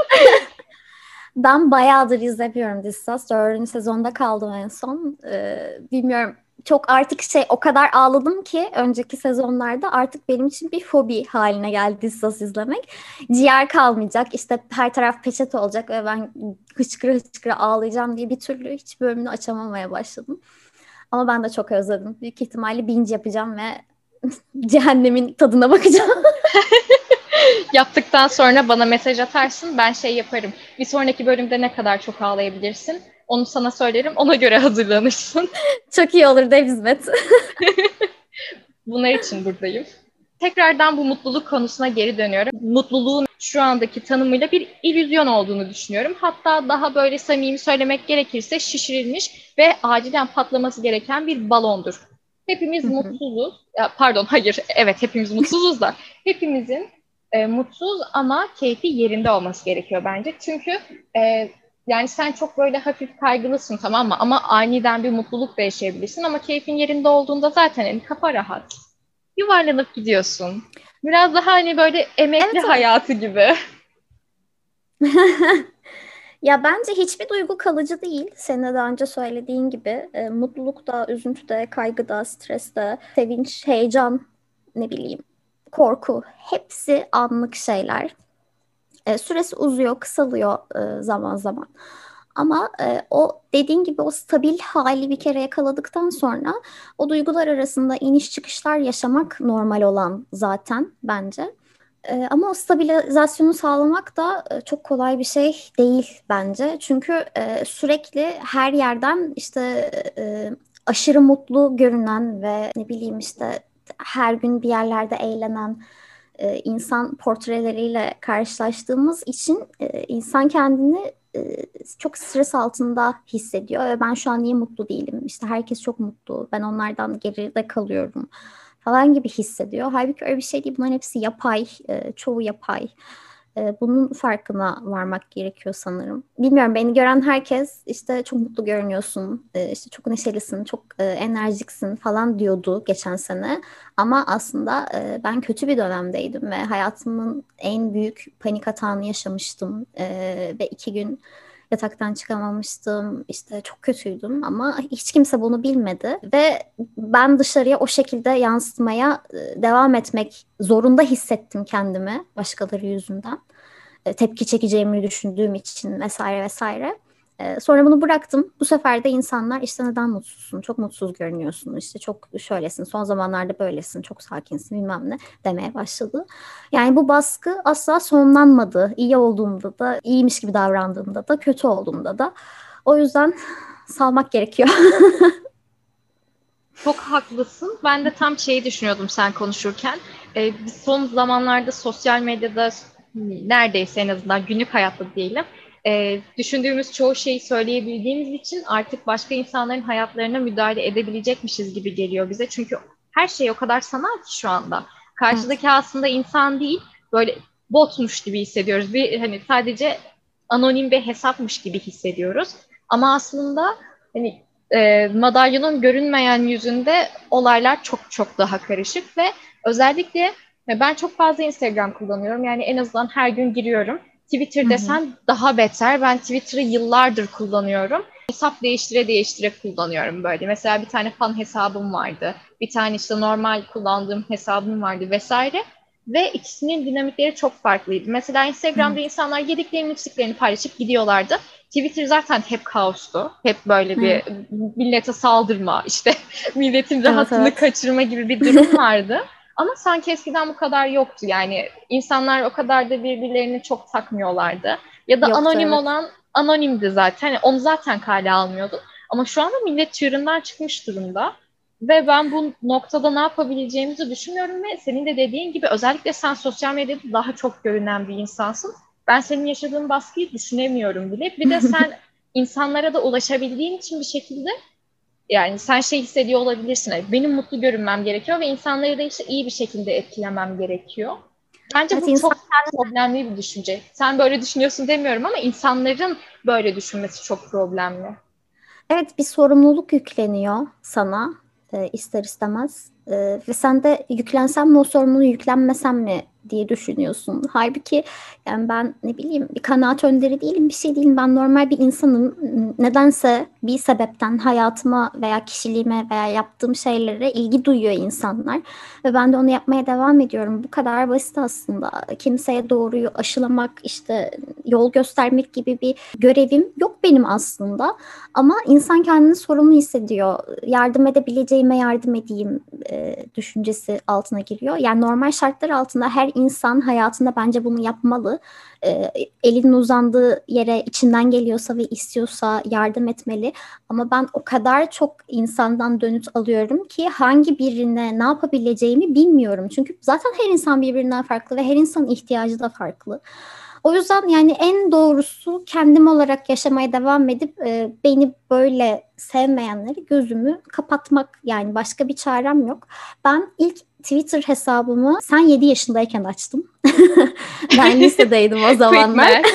Ben bayağıdır izlemiyorum This Is Us. 4. sezonda kaldım en son. Bilmiyorum. Çok artık o kadar ağladım ki önceki sezonlarda artık benim için bir fobi haline geldi This Is Us izlemek. Ciğer kalmayacak. İşte her taraf peçete olacak ve ben hıçkıra hıçkıra ağlayacağım diye bir türlü hiç bölümünü açamamaya başladım. Ama ben de çok özledim. Büyük ihtimalle binge yapacağım ve cehennemin tadına bakacağım. Yaptıktan sonra bana mesaj atarsın. Ben şey yaparım. Bir sonraki bölümde ne kadar çok ağlayabilirsin? Onu sana söylerim. Ona göre hazırlanırsın. Çok iyi olur dev hizmet. Bunlar için buradayım. Tekrardan bu mutluluk konusuna geri dönüyorum. Mutluluğun şu andaki tanımıyla bir illüzyon olduğunu düşünüyorum. Hatta daha böyle samimi söylemek gerekirse şişirilmiş ve acilen patlaması gereken bir balondur. Hepimiz mutsuzuz. Ya, pardon, hayır. Evet, hepimiz mutsuzuz da. Hepimizin mutsuz ama keyfi yerinde olması gerekiyor bence. Çünkü yani sen çok böyle hafif kaygılısın, tamam mı? Ama aniden bir mutluluk da yaşayabilirsin. Ama keyfin yerinde olduğunda zaten hani kafa rahat. Yuvarlanıp gidiyorsun. Biraz daha hani böyle emekli Evet, evet. hayatı gibi. Ya bence hiçbir duygu kalıcı değil. Senin de daha önce söylediğin gibi mutlulukta, üzüntüde, kaygıda, streste, sevinç, heyecan, ne bileyim, korku hepsi anlık şeyler. Süresi uzuyor, kısalıyor zaman zaman. Ama o dediğin gibi o stabil hali bir kere yakaladıktan sonra o duygular arasında iniş çıkışlar yaşamak normal olan zaten bence. Ama o stabilizasyonu sağlamak da çok kolay bir şey değil bence. Çünkü sürekli her yerden işte aşırı mutlu görünen ve ne bileyim işte her gün bir yerlerde eğlenen insan portreleriyle karşılaştığımız için insan kendini çok stres altında hissediyor ve ben şu an niye mutlu değilim? İşte herkes çok mutlu, ben onlardan geride kalıyorum falan gibi hissediyor. Halbuki öyle bir şey değil. Bunların hepsi yapay, çoğu yapay. Bunun farkına varmak gerekiyor sanırım. Bilmiyorum, beni gören herkes işte çok mutlu görünüyorsun, işte çok neşelisin, çok enerjiksin falan diyordu geçen sene. Ama aslında ben kötü bir dönemdeydim ve hayatımın en büyük panik atağını yaşamıştım. Ve 2 gün yataktan çıkamamıştım. İşte çok kötüydüm ama hiç kimse bunu bilmedi ve ben dışarıya o şekilde yansıtmaya devam etmek zorunda hissettim kendimi başkaları yüzünden. Tepki çekeceğimi düşündüğüm için vesaire vesaire. Sonra bunu bıraktım. Bu sefer de insanlar işte neden mutsuzsun, çok mutsuz görünüyorsun, işte çok şöylesin, son zamanlarda böylesin, çok sakinsin bilmem ne demeye başladı. Yani bu baskı asla sonlanmadı. İyi olduğumda da, iyiymiş gibi davrandığımda da, kötü olduğumda da. O yüzden salmak gerekiyor. Çok haklısın. Ben de tam şeyi düşünüyordum sen konuşurken. Biz son zamanlarda sosyal medyada neredeyse en azından günlük hayatta diyelim. Düşündüğümüz çoğu şeyi söyleyebildiğimiz için artık başka insanların hayatlarına müdahale edebilecekmişiz gibi geliyor bize. Çünkü her şey o kadar sanal ki şu anda. Evet. Karşıdaki aslında insan değil, böyle botmuş gibi hissediyoruz. Bir hani sadece anonim bir hesapmış gibi hissediyoruz. Ama aslında hani madalyonun görünmeyen yüzünde olaylar çok çok daha karışık ve özellikle ben çok fazla Instagram kullanıyorum. Yani en azından her gün giriyorum. Hı Twitter hı. desen daha beter. Ben Twitter'ı yıllardır kullanıyorum. Hesap değiştire değiştire kullanıyorum böyle. Mesela bir tane fan hesabım vardı. Bir tane işte normal kullandığım hesabım vardı vesaire. Ve ikisinin dinamikleri çok farklıydı. Mesela Instagram'da Evet. insanlar yediklerini içtiklerini paylaşıp gidiyorlardı. Twitter zaten hep kaostu. Hep böyle bir Evet. millete saldırma, işte milletin Evet, rahatını evet. kaçırma gibi bir durum vardı. Ama sanki eskiden bu kadar yoktu. Yani insanlar o kadar da birbirlerini çok takmıyorlardı. Ya da Yoktu, anonim evet. olan anonimdi zaten. Yani onu zaten kale almıyordun. Ama şu anda millet çığırından çıkmış durumda. Ve ben bu noktada ne yapabileceğimizi düşünüyorum ve senin de dediğin gibi özellikle sen sosyal medyada daha çok görünen bir insansın. Ben senin yaşadığın baskıyı düşünemiyorum bile. Bir de sen insanlara da ulaşabildiğin için bir şekilde yani sen şey hissediyor olabilirsin. Hani benim mutlu görünmem gerekiyor ve insanları da işte iyi bir şekilde etkilemem gerekiyor. Bence Evet, bu insan çok problemli bir düşünce. Sen böyle düşünüyorsun demiyorum ama insanların böyle düşünmesi çok problemli. Evet, bir sorumluluk yükleniyor sana ister istemez. Ve sen de yüklensem mi o sorumluluğu, yüklenmesem mi diye düşünüyorsun. Halbuki yani ben ne bileyim, bir kanaat önderi değilim, bir şey değilim. Ben normal bir insanım. Nedense bir sebepten hayatıma veya kişiliğime veya yaptığım şeylere ilgi duyuyor insanlar. Ve ben de onu yapmaya devam ediyorum. Bu kadar basit aslında. Kimseye doğruyu aşılamak, işte yol göstermek gibi bir görevim yok benim aslında. Ama insan kendini sorumlu hissediyor. Yardım edebileceğime yardım edeyim düşüncesi altına giriyor. Yani normal şartlar altında her insan hayatında bence bunu yapmalı. Elinin uzandığı yere içinden geliyorsa ve istiyorsa yardım etmeli. Ama ben o kadar çok insandan dönüt alıyorum ki hangi birine ne yapabileceğimi bilmiyorum. Çünkü zaten her insan birbirinden farklı ve her insanın ihtiyacı da farklı. O yüzden yani en doğrusu kendim olarak yaşamaya devam edip beni böyle sevmeyenleri gözümü kapatmak, yani başka bir çarem yok. Ben ilk Twitter hesabımı sen 7 yaşındayken açtım. Ben lisedeydim o Quick zamanlar. math.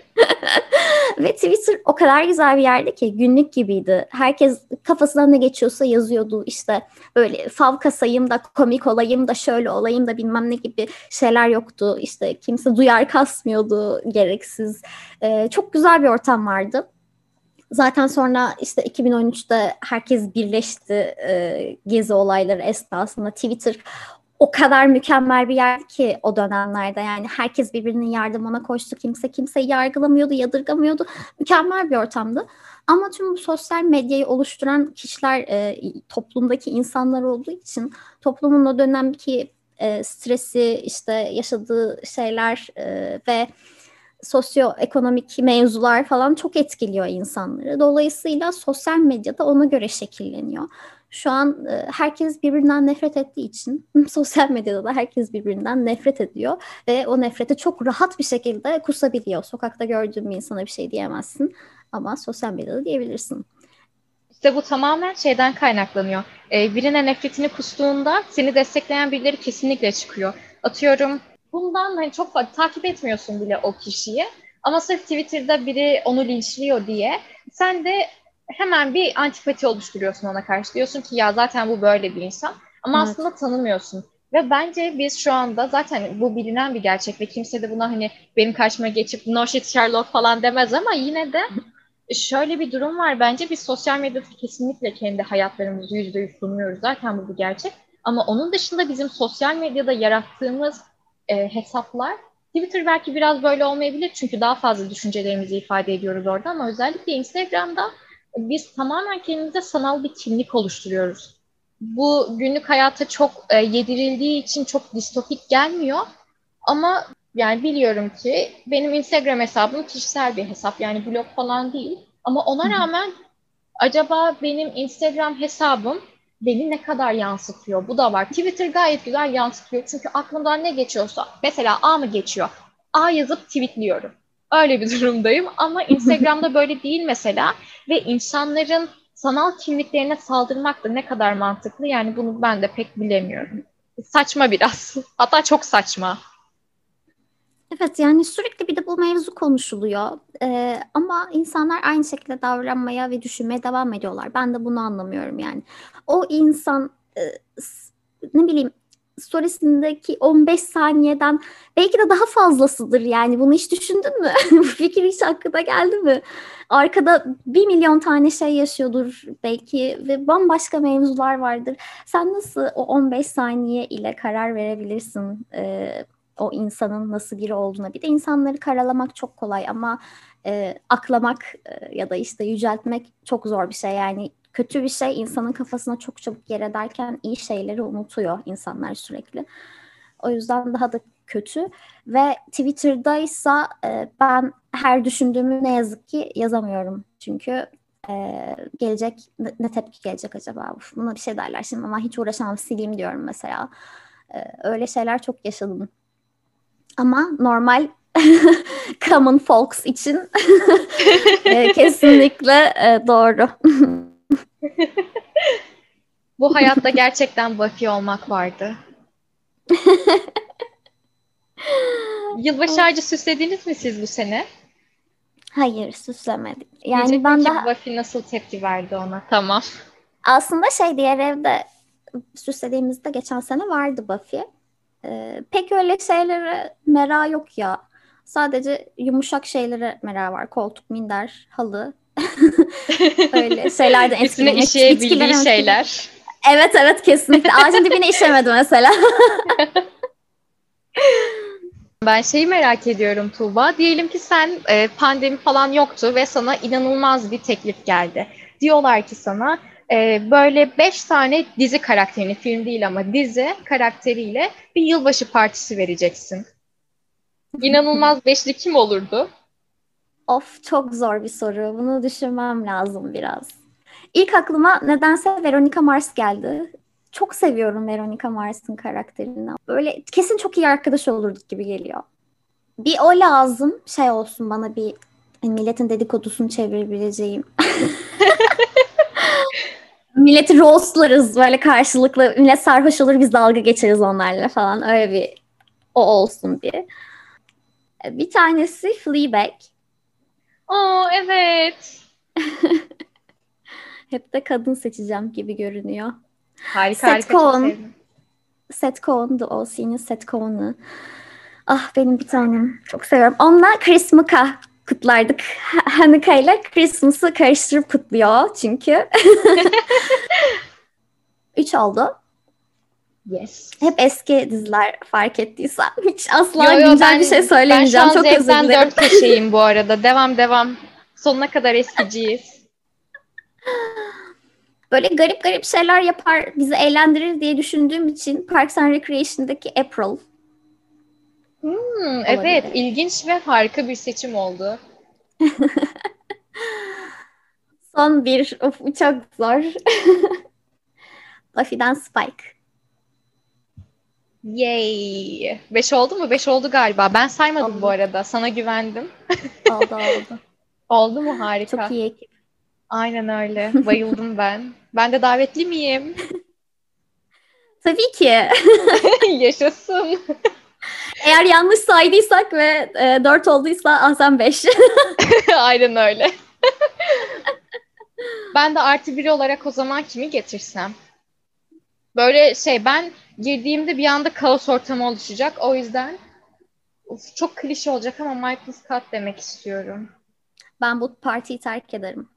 Ve Twitter o kadar güzel bir yerdi ki günlük gibiydi. Herkes kafasından ne geçiyorsa yazıyordu. İşte böyle fav kasayım da komik olayım da şöyle olayım da bilmem ne gibi şeyler yoktu. İşte kimse duyar kasmıyordu gereksiz. Çok güzel bir ortam vardı. Zaten sonra işte 2013'te herkes birleşti gezi olayları esnasında. Twitter o kadar mükemmel bir yer ki o dönemlerde, yani herkes birbirinin yardımına koştu. Kimse kimseyi yargılamıyordu, yadırgamıyordu. Mükemmel bir ortamdı. Ama tüm bu sosyal medyayı oluşturan kişiler toplumdaki insanlar olduğu için toplumun o dönemki stresi, işte yaşadığı şeyler ve sosyoekonomik mevzular falan çok etkiliyor insanları. Dolayısıyla sosyal medyada ona göre şekilleniyor. Şu an herkes birbirinden nefret ettiği için sosyal medyada da herkes birbirinden nefret ediyor ve o nefreti çok rahat bir şekilde kusabiliyor. Sokakta gördüğün bir insana bir şey diyemezsin ama sosyal medyada diyebilirsin. İşte bu tamamen şeyden kaynaklanıyor. Birine nefretini kustuğunda seni destekleyen birileri kesinlikle çıkıyor. Atıyorum bundan hani çok fazla takip etmiyorsun bile o kişiyi. Ama sırf Twitter'da biri onu linçliyor diye sen de hemen bir antipati oluşturuyorsun ona karşı. Diyorsun ki ya zaten bu böyle bir insan. Ama Evet. aslında tanımıyorsun. Ve bence biz şu anda zaten bu bilinen bir gerçek ve kimse de buna hani benim karşıma geçip no shit Sherlock falan demez ama yine de şöyle bir durum var bence biz sosyal medyada kesinlikle kendi hayatlarımızı %100 sunuyoruz. Zaten bu bir gerçek. Ama onun dışında bizim sosyal medyada yarattığımız hesaplar Twitter belki biraz böyle olmayabilir çünkü daha fazla düşüncelerimizi ifade ediyoruz orada ama özellikle Instagram'da biz tamamen kendimize sanal bir kimlik oluşturuyoruz. Bu günlük hayata çok yedirildiği için çok distopik gelmiyor ama yani biliyorum ki benim Instagram hesabım kişisel bir hesap yani blog falan değil. Ama ona rağmen acaba benim Instagram hesabım beni ne kadar yansıtıyor? Bu da var. Twitter gayet güzel yansıtıyor. Çünkü aklımdan ne geçiyorsa mesela A mı geçiyor? A yazıp tweetliyorum. Öyle bir durumdayım ama Instagram'da böyle değil mesela ve insanların sanal kimliklerine saldırmak da ne kadar mantıklı yani bunu ben de pek bilemiyorum. Saçma biraz. Hatta çok saçma. Evet, yani sürekli bir de bu mevzu konuşuluyor. Ama insanlar aynı şekilde davranmaya ve düşünmeye devam ediyorlar. Ben de bunu anlamıyorum yani. O insan ne bileyim, storiesindeki 15 saniyeden belki de daha fazlasıdır yani. Bunu hiç düşündün mü? Bu fikir hiç aklına geldi mi? Arkada 1 milyon tane şey yaşıyordur belki ve bambaşka mevzular vardır. Sen nasıl o 15 saniye ile karar verebilirsin? O insanın nasıl biri olduğuna. Bir de insanları karalamak çok kolay ama aklamak ya da işte yüceltmek çok zor bir şey. Yani kötü bir şey insanın kafasına çok çabuk yer ederken iyi şeyleri unutuyor insanlar sürekli. O yüzden daha da kötü. Ve Twitter'daysa ben her düşündüğümü ne yazık ki yazamıyorum. Çünkü gelecek ne tepki gelecek acaba? Uf, buna bir şey derler şimdi ama hiç uğraşamam, sileyim diyorum mesela. Öyle şeyler çok yaşadım. Ama normal common folks için kesinlikle doğru. Bu hayatta gerçekten Buffy olmak vardı. Yılbaşı ağacı süslediniz mi siz bu sene? Hayır, süslemedik. Yani Diyecektim ben ki daha Buffy nasıl tepki verdi ona. Tamam. aslında diğer evde süslediğimizde geçen sene vardı Buffy. Pek öyle şeylere merak yok ya. Sadece yumuşak şeylere merak var. Koltuk, minder, halı. Öyle şeylerden Üstüne etkileniyor. işeyebildiği Bitkilere etkileniyor. şeyler. Evet evet kesinlikle. Ağacın dibine işemedi mesela. Ben şeyi merak ediyorum Tuğba. Diyelim ki sen pandemi falan yoktu ve sana inanılmaz bir teklif geldi. Diyorlar ki sana böyle 5 tane dizi karakterini, film değil ama dizi karakteriyle bir yılbaşı partisi vereceksin. İnanılmaz beşli kim olurdu? Of çok zor bir soru. Bunu düşünmem lazım biraz. İlk aklıma nedense Veronica Mars geldi. Çok seviyorum Veronica Mars'ın karakterini. Böyle kesin çok iyi arkadaş olurduk gibi geliyor. Bir o lazım olsun bana bir milletin dedikodusunu çevirebileceğim. Milleti roastlarız böyle karşılıklı. Millet sarhoş olur biz dalga geçeriz onlarla falan. Öyle bir o olsun bir. Bir tanesi Fleabag. Aa evet. Hep de kadın seçeceğim gibi görünüyor. Harika Seth harika çok Cohen. sevdim. Seth Cohen, The OC'nin Seth Cohen'ı. Ah benim bir tanem. Çok seviyorum. Onunla Christmas'a kutlardık. Hanukkah ile Christmas'ı karıştırıp kutluyor çünkü. Üç oldu. Yes. Hep eski diziler fark ettiysen. Hiç asla Yo yo güncel bir şey ben şu söylemeyeceğim. an Çok özür zevkten dilerim. dört köşeyim bu arada. Devam devam. Sonuna kadar eskiciyiz. Böyle garip garip şeyler yapar, bizi eğlendirir diye düşündüğüm için Parks and Recreation'daki April Evet, olabilir. ilginç ve harika bir seçim oldu. Son bir, of bu çok zor. Buffy'den Spike. Yay! 5 oldu mu? 5 oldu galiba. Ben saymadım bu Oldu, arada. Sana güvendim. oldu. Oldu mu? Çok Harika. iyi ekip. Aynen öyle. Bayıldım ben. Ben de davetli miyim? Tabii ki. Yaşasın. Eğer yanlış saydıysak ve 4 olduysa Ahsen 5. Aynen öyle. Ben de artı biri olarak o zaman kimi getirsem? Böyle ben girdiğimde bir anda kaos ortamı oluşacak. O yüzden çok klişe olacak ama Michael Scott demek istiyorum. Ben bu partiyi terk ederim.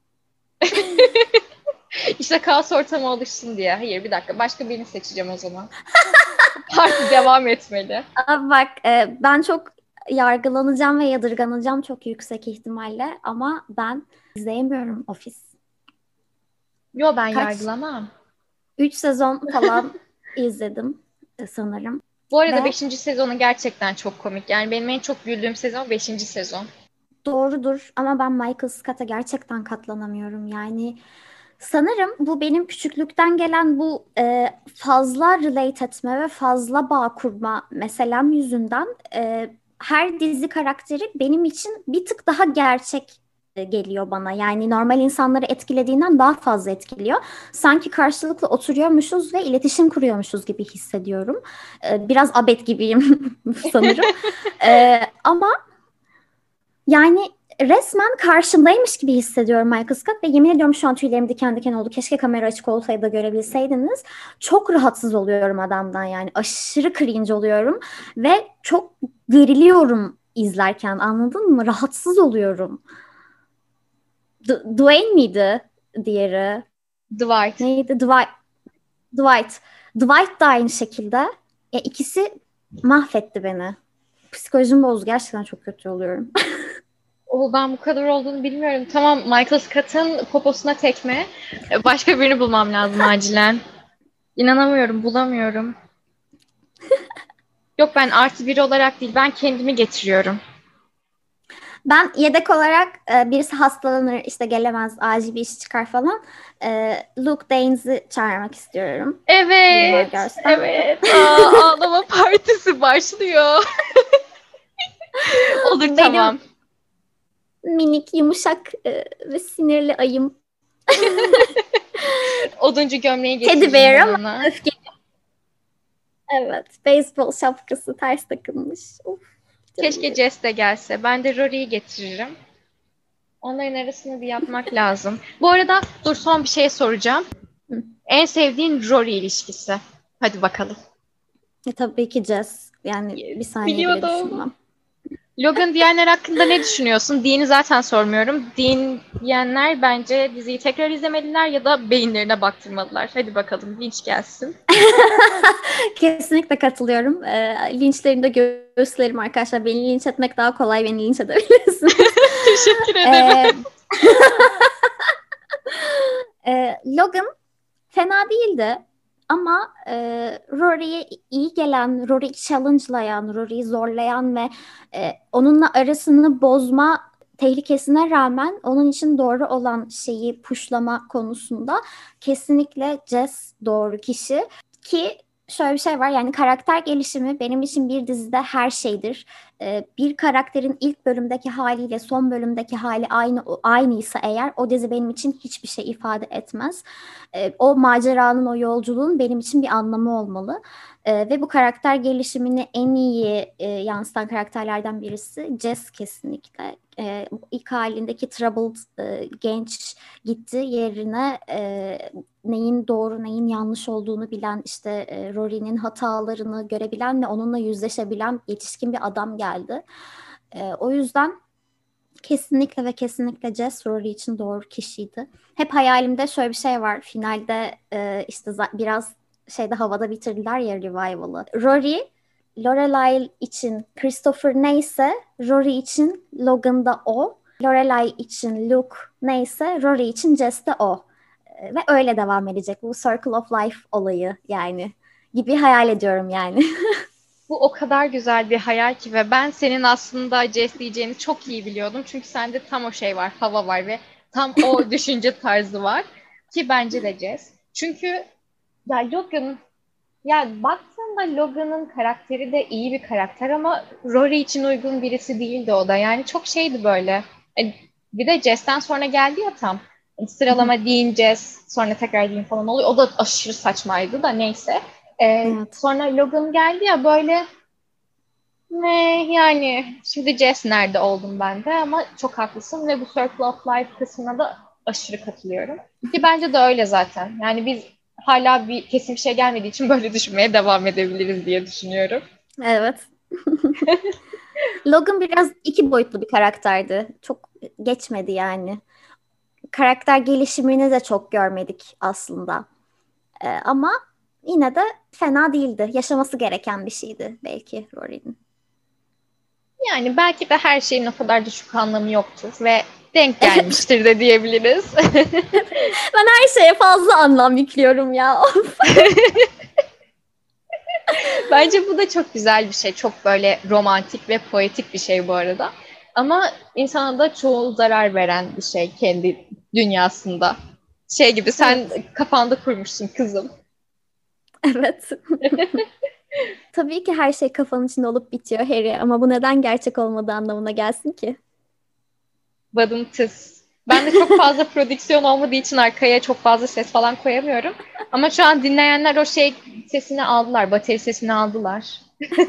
İşte kaos ortamı oluşsun diye. Hayır bir dakika başka birini seçeceğim o zaman. Parti devam etmeli. Bak ben çok yargılanacağım ve yadırganacağım çok yüksek ihtimalle ama ben izleyemiyorum Office. Yo ben Kaç? yargılamam. 3 sezon falan izledim sanırım. Bu arada Ve beşinci sezonu gerçekten çok komik. Yani benim en çok güldüğüm sezon beşinci sezon. doğrudur ama ben Michael Scott'a gerçekten katlanamıyorum. Yani sanırım bu benim küçüklükten gelen bu fazla relate etme ve fazla bağ kurma meselem yüzünden her dizi karakteri benim için bir tık daha gerçek geliyor bana. Yani normal insanları etkilediğinden daha fazla etkiliyor. Sanki karşılıklı oturuyormuşuz ve iletişim kuruyormuşuz gibi hissediyorum. Biraz abet gibiyim sanırım. Ama yani resmen karşımdaymış gibi hissediyorum Michael Scott ve yemin ediyorum şu an tüylerim diken diken oldu. Keşke kamera açık olsaydı da görebilseydiniz. Çok rahatsız oluyorum adamdan yani. Aşırı cringe oluyorum ve çok geriliyorum izlerken anladın mı? Rahatsız oluyorum. Dwayne miydi diğeri? Dwight. Neydi? Dwight. Dwight da aynı şekilde. İkisi mahvetti beni. Psikolojim bozdu. Gerçekten çok kötü oluyorum. O ben bu kadar olduğunu bilmiyorum. Tamam Michael Scott'ın poposuna tekme. Başka birini bulmam lazım acilen. İnanamıyorum, bulamıyorum. Yok ben artı biri olarak değil, ben kendimi getiriyorum. Ben yedek olarak birisi hastalanır işte gelemez acil bir iş çıkar falan. Luke Daines'i çağırmak istiyorum. Gilmore Evet, Girls'ten. evet. Ağlama partisi başlıyor. Olur tamam. Benim minik yumuşak ve sinirli ayım. Oduncu gömleği Teddy getiririm Bear ben ama ona. öfkeli. Evet. Beyzbol şapkası ters takılmış. Of. Keşke Jess de gelse. Ben de Rory'yi getiririm. Onların arasını bir yapmak lazım. Bu arada dur son bir şey soracağım. Hı. En sevdiğin Rory ilişkisi. Hadi bakalım. Tabii ki Jess. Yani bir saniye bile Biliyordum. düşünmem. Logan diyenler hakkında ne düşünüyorsun? Dean'i zaten sormuyorum. Dean diyenler bence diziyi tekrar izlemeliler ya da beyinlerine baktırmalılar. Hadi bakalım linç gelsin. Kesinlikle katılıyorum. Linçlerini de göğüslerim arkadaşlar. Beni linç etmek daha kolay. Beni linç edebilirsiniz. Teşekkür ederim. Logan fena değildi. Ama Rory'ye iyi gelen, Rory'yi challenge'layan, Rory'yi zorlayan ve onunla arasını bozma tehlikesine rağmen onun için doğru olan şeyi pushlama konusunda kesinlikle Jess doğru kişi. Ki şöyle bir şey var, yani karakter gelişimi benim için bir dizide her şeydir. Bir karakterin ilk bölümdeki haliyle son bölümdeki hali aynıysa eğer o dizi benim için hiçbir şey ifade etmez. O maceranın, o yolculuğun benim için bir anlamı olmalı. Ve bu karakter gelişimini en iyi yansıtan karakterlerden birisi Jess kesinlikle. İlk halindeki troubled genç gitti, yerine neyin doğru neyin yanlış olduğunu bilen, işte Rory'nin hatalarını görebilen ve onunla yüzleşebilen yetişkin bir adam geldi. O yüzden kesinlikle ve kesinlikle Jess Rory için doğru kişiydi. Hep hayalimde şöyle bir şey var. Finalde işte biraz şeyde havada bitirdiler ya revival'ı. Rory, Lorelai için Christopher neyse Rory için Logan da o. Lorelai için Luke neyse Rory için Jess de o. Ve öyle devam edecek. Bu Circle of Life olayı yani gibi hayal ediyorum yani. Bu o kadar güzel bir hayal ki ve ben senin aslında Jess diyeceğini çok iyi biliyordum. Çünkü sende tam o şey var, hava var ve tam o düşünce tarzı var. Ki bence de Jess. Çünkü ya Logan, ya baktığında Logan'ın karakteri de iyi bir karakter ama Rory için uygun birisi değildi o da. Yani çok şeydi böyle. Bir de Jess'ten sonra geldi ya tam. Sıralama Dean, Jess, sonra tekrar Dean falan oluyor. O da aşırı saçmaydı da neyse. Evet. Sonra Logan geldi ya böyle ne yani şimdi Jess nerede oldum ben de ama çok haklısın ve bu Circle of Life kısmına da aşırı katılıyorum. Ki bence de öyle zaten. Yani biz hala bir kesin bir şey gelmediği için böyle düşünmeye devam edebiliriz diye düşünüyorum. Evet. Logan biraz iki boyutlu bir karakterdi. Çok geçmedi yani. Karakter gelişimini de çok görmedik aslında. Ama yine de fena değildi. Yaşaması gereken bir şeydi belki Rory'nin. Yani belki de her şeyin o kadar düşük anlamı yoktur ve denk Evet. gelmiştir de diyebiliriz. Ben her şeye fazla anlam yüklüyorum ya. Bence bu da çok güzel bir şey. Çok böyle romantik ve poetik bir şey bu arada. Ama insana da çoğu zarar veren bir şey kendi dünyasında. Şey gibi sen Evet. kafanda kurmuşsun kızım. Evet. Tabii ki her şey kafanın içinde olup bitiyor Harry, ama bu neden gerçek olmadığı anlamına gelsin ki? Badım tıs. Ben de çok fazla prodüksiyon olmadığı için arkaya çok fazla ses falan koyamıyorum. Ama şu an dinleyenler o şey sesini aldılar. Bateri sesini aldılar.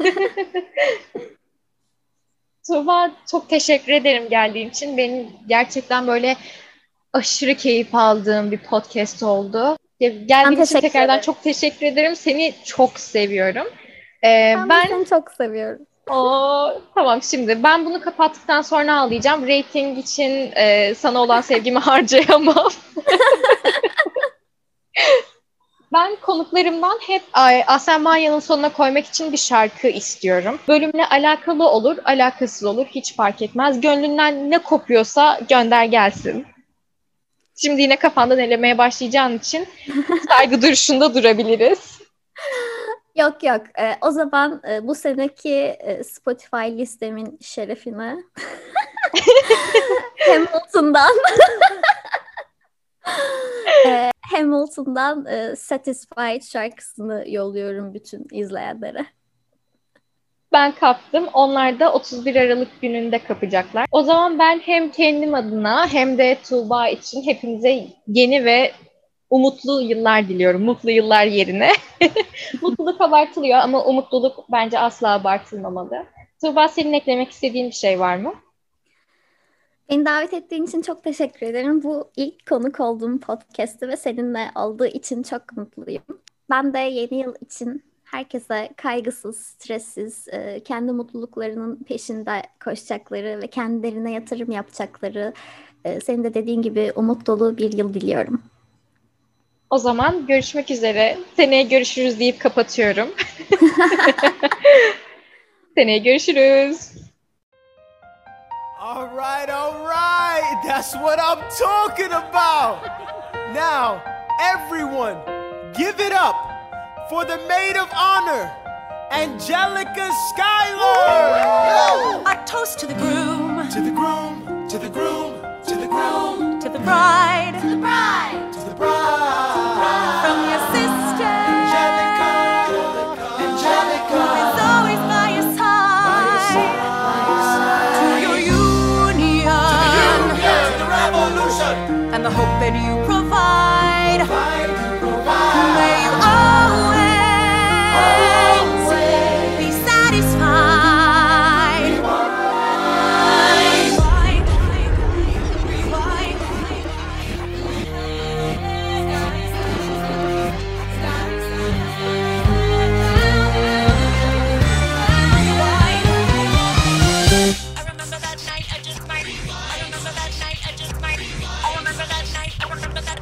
Tuğba çok teşekkür ederim geldiğin için. Benim gerçekten böyle aşırı keyif aldığım bir podcast oldu. Ben Geldiğin için teşekkür tekrardan ederim. çok teşekkür ederim. Seni çok seviyorum. Ben de Ben seni çok seviyorum. tamam şimdi ben bunu kapattıktan sonra ağlayacağım. Rating için sana olan sevgimi harcayamam. Ben konuklarımdan hep Aslen Manya'nın sonuna koymak için bir şarkı istiyorum. Bölümle alakalı olur, alakasız olur, hiç fark etmez. Gönlünden ne kopuyorsa gönder gelsin. Şimdi yine kafandan elemeye başlayacağın için saygı duruşunda durabiliriz. Yok yok. O zaman bu seneki Spotify listemin şerefine Hamilton'dan Hamilton'dan Satisfied şarkısını yolluyorum bütün izleyenlere. Ben kaptım. Onlar da 31 Aralık gününde kapacaklar. O zaman ben hem kendim adına hem de Tuğba için hepinize yeni ve umutlu yıllar diliyorum. Mutlu yıllar yerine. Mutluluk abartılıyor ama umutluluk bence asla abartılmamalı. Tuğba, senin eklemek istediğin bir şey var mı? Beni davet ettiğin için çok teşekkür ederim. Bu ilk konuk olduğum podcast'ı ve seninle olduğu için çok mutluyum. Ben de yeni yıl için herkese kaygısız, stressiz, kendi mutluluklarının peşinde koşacakları ve kendilerine yatırım yapacakları, senin de dediğin gibi umut dolu bir yıl diliyorum. O zaman görüşmek üzere. Seneye görüşürüz deyip kapatıyorum. Seneye görüşürüz. All right. That's what I'm talking about. Now, everyone, give it up for the maid of honor, Angelica Schuyler. I toast to the groom, To the groom, to the groom, to the groom, to the bride, to the bride. from your sister, Angelica, who Angelica. is always by your side, to your union, To the revolution. and the hope that you provide. May you always be satisfied. I remember that night, I just might. I remember that night, I just might. I remember that night, I remember that.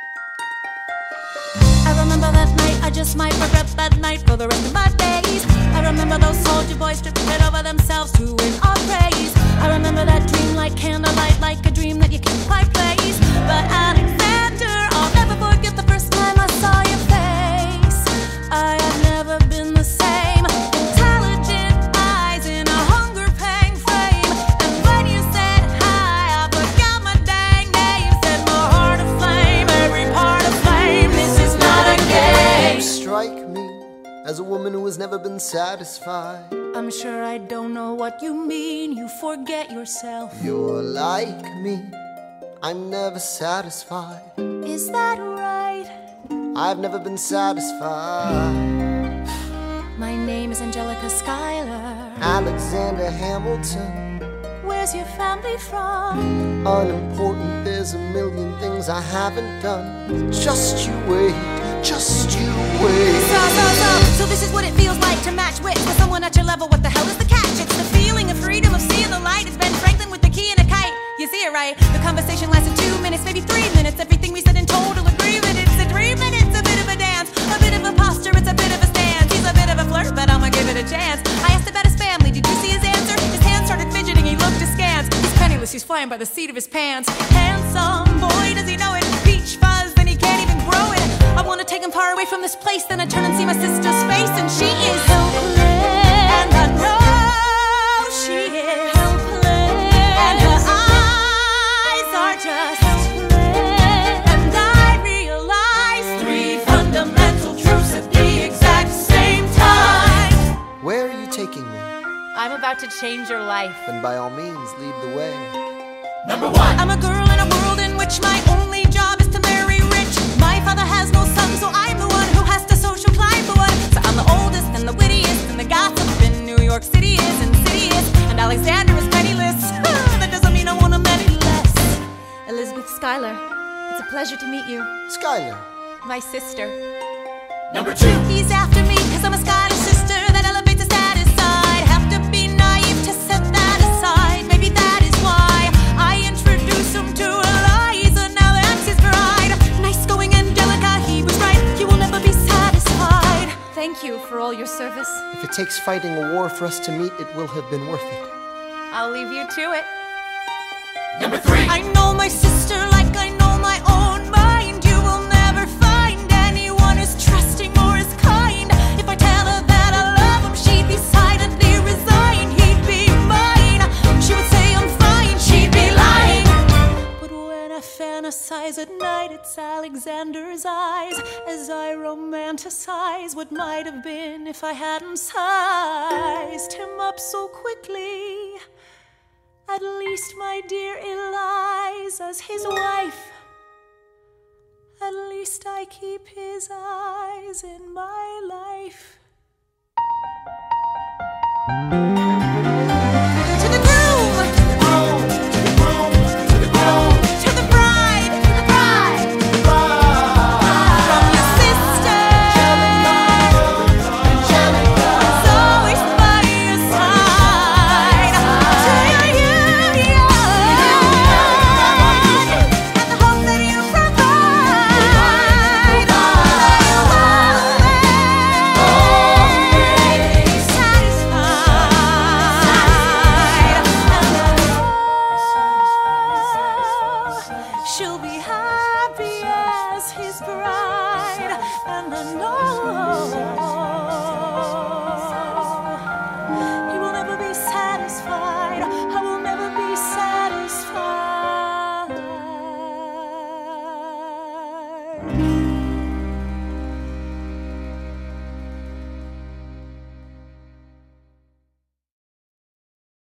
I remember that night, I just might regret that night for the rest of my days. I remember those soldier boys tripping over themselves to win our praise. I remember that dream like candlelight, like a dream that you can't quite place. But Alexander, I'll never forget the first time I saw your face. I have never been the same. Intelligent eyes in a hunger pang frame. And when you said hi, I forgot my dang name. Set my heart aflame, every part aflame. This is not a game. You strike me as a woman who has never been satisfied. I'm sure I don't know what you mean. You forget yourself. You're like me, I'm never satisfied. Is that right? I've never been satisfied. My name is Angelica Schuyler. Alexander Hamilton, Where's your family from? unimportant, there's a million things I haven't done. Just you wait, just you wait. So this is what it feels like to match wits with someone at your level. What the hell is the catch? It's the feeling of freedom, of seeing the light. It's Ben Franklin with the key and a kite. You see it right? The conversation lasted 2 minutes, maybe 3 minutes. Everything we said in total agreement. It's a dream and it's a bit of a dance, a bit of a posture, it's a bit of a stance. He's a bit of a flirt, but I'ma give it a chance. I asked about his family, did you see his answer? His hands started fidgeting, he looked askance. He's penniless, he's flying by the seat of his pants. Handsome boy, does he know it? Peach fuzz, and he can't even grow it. I wanna take him far away from this place. Then I turn and see my sister's face, and she is helpless. And I know she is helpless. And her eyes are just helpless. And I realize 3 fundamental truths at the exact same time. Where are you taking me? I'm about to change your life. Then by all means, lead the way. Number 1. I'm a girl in a world in which my only job is to marry rich. My father has no son, so I'm the one who has to social climb the one. So I'm the oldest and the wittiest, and the gossip in New York City is insidious. And Alexander is penniless. That doesn't mean I want him any less. Elizabeth Schuyler, it's a pleasure to meet you. Schuyler, My sister. Number 2. He's after me, cause I'm a Schuyler sister. That elevates the status side. Have to be naive to set that aside. Maybe that is why I introduce him to Eliza. Now that's his bride. Nice going, Angelica, he was right. You will never be satisfied. Thank you for all your service. if it takes fighting a war for us to meet, it will have been worth it. I'll leave you to it. Number 3. I know my sister like I know my own mind. You will never find anyone as trusting or as kind. If I tell her that I love him, she'd be silently resigned. He'd be mine. She would say I'm fine. She'd be lying. But when I fantasize at night, it's Alexander's eyes as I romanticize what might have been if I hadn't sized him up so quickly. At least, my dear Eliza's his wife. At least I keep his eyes in my life.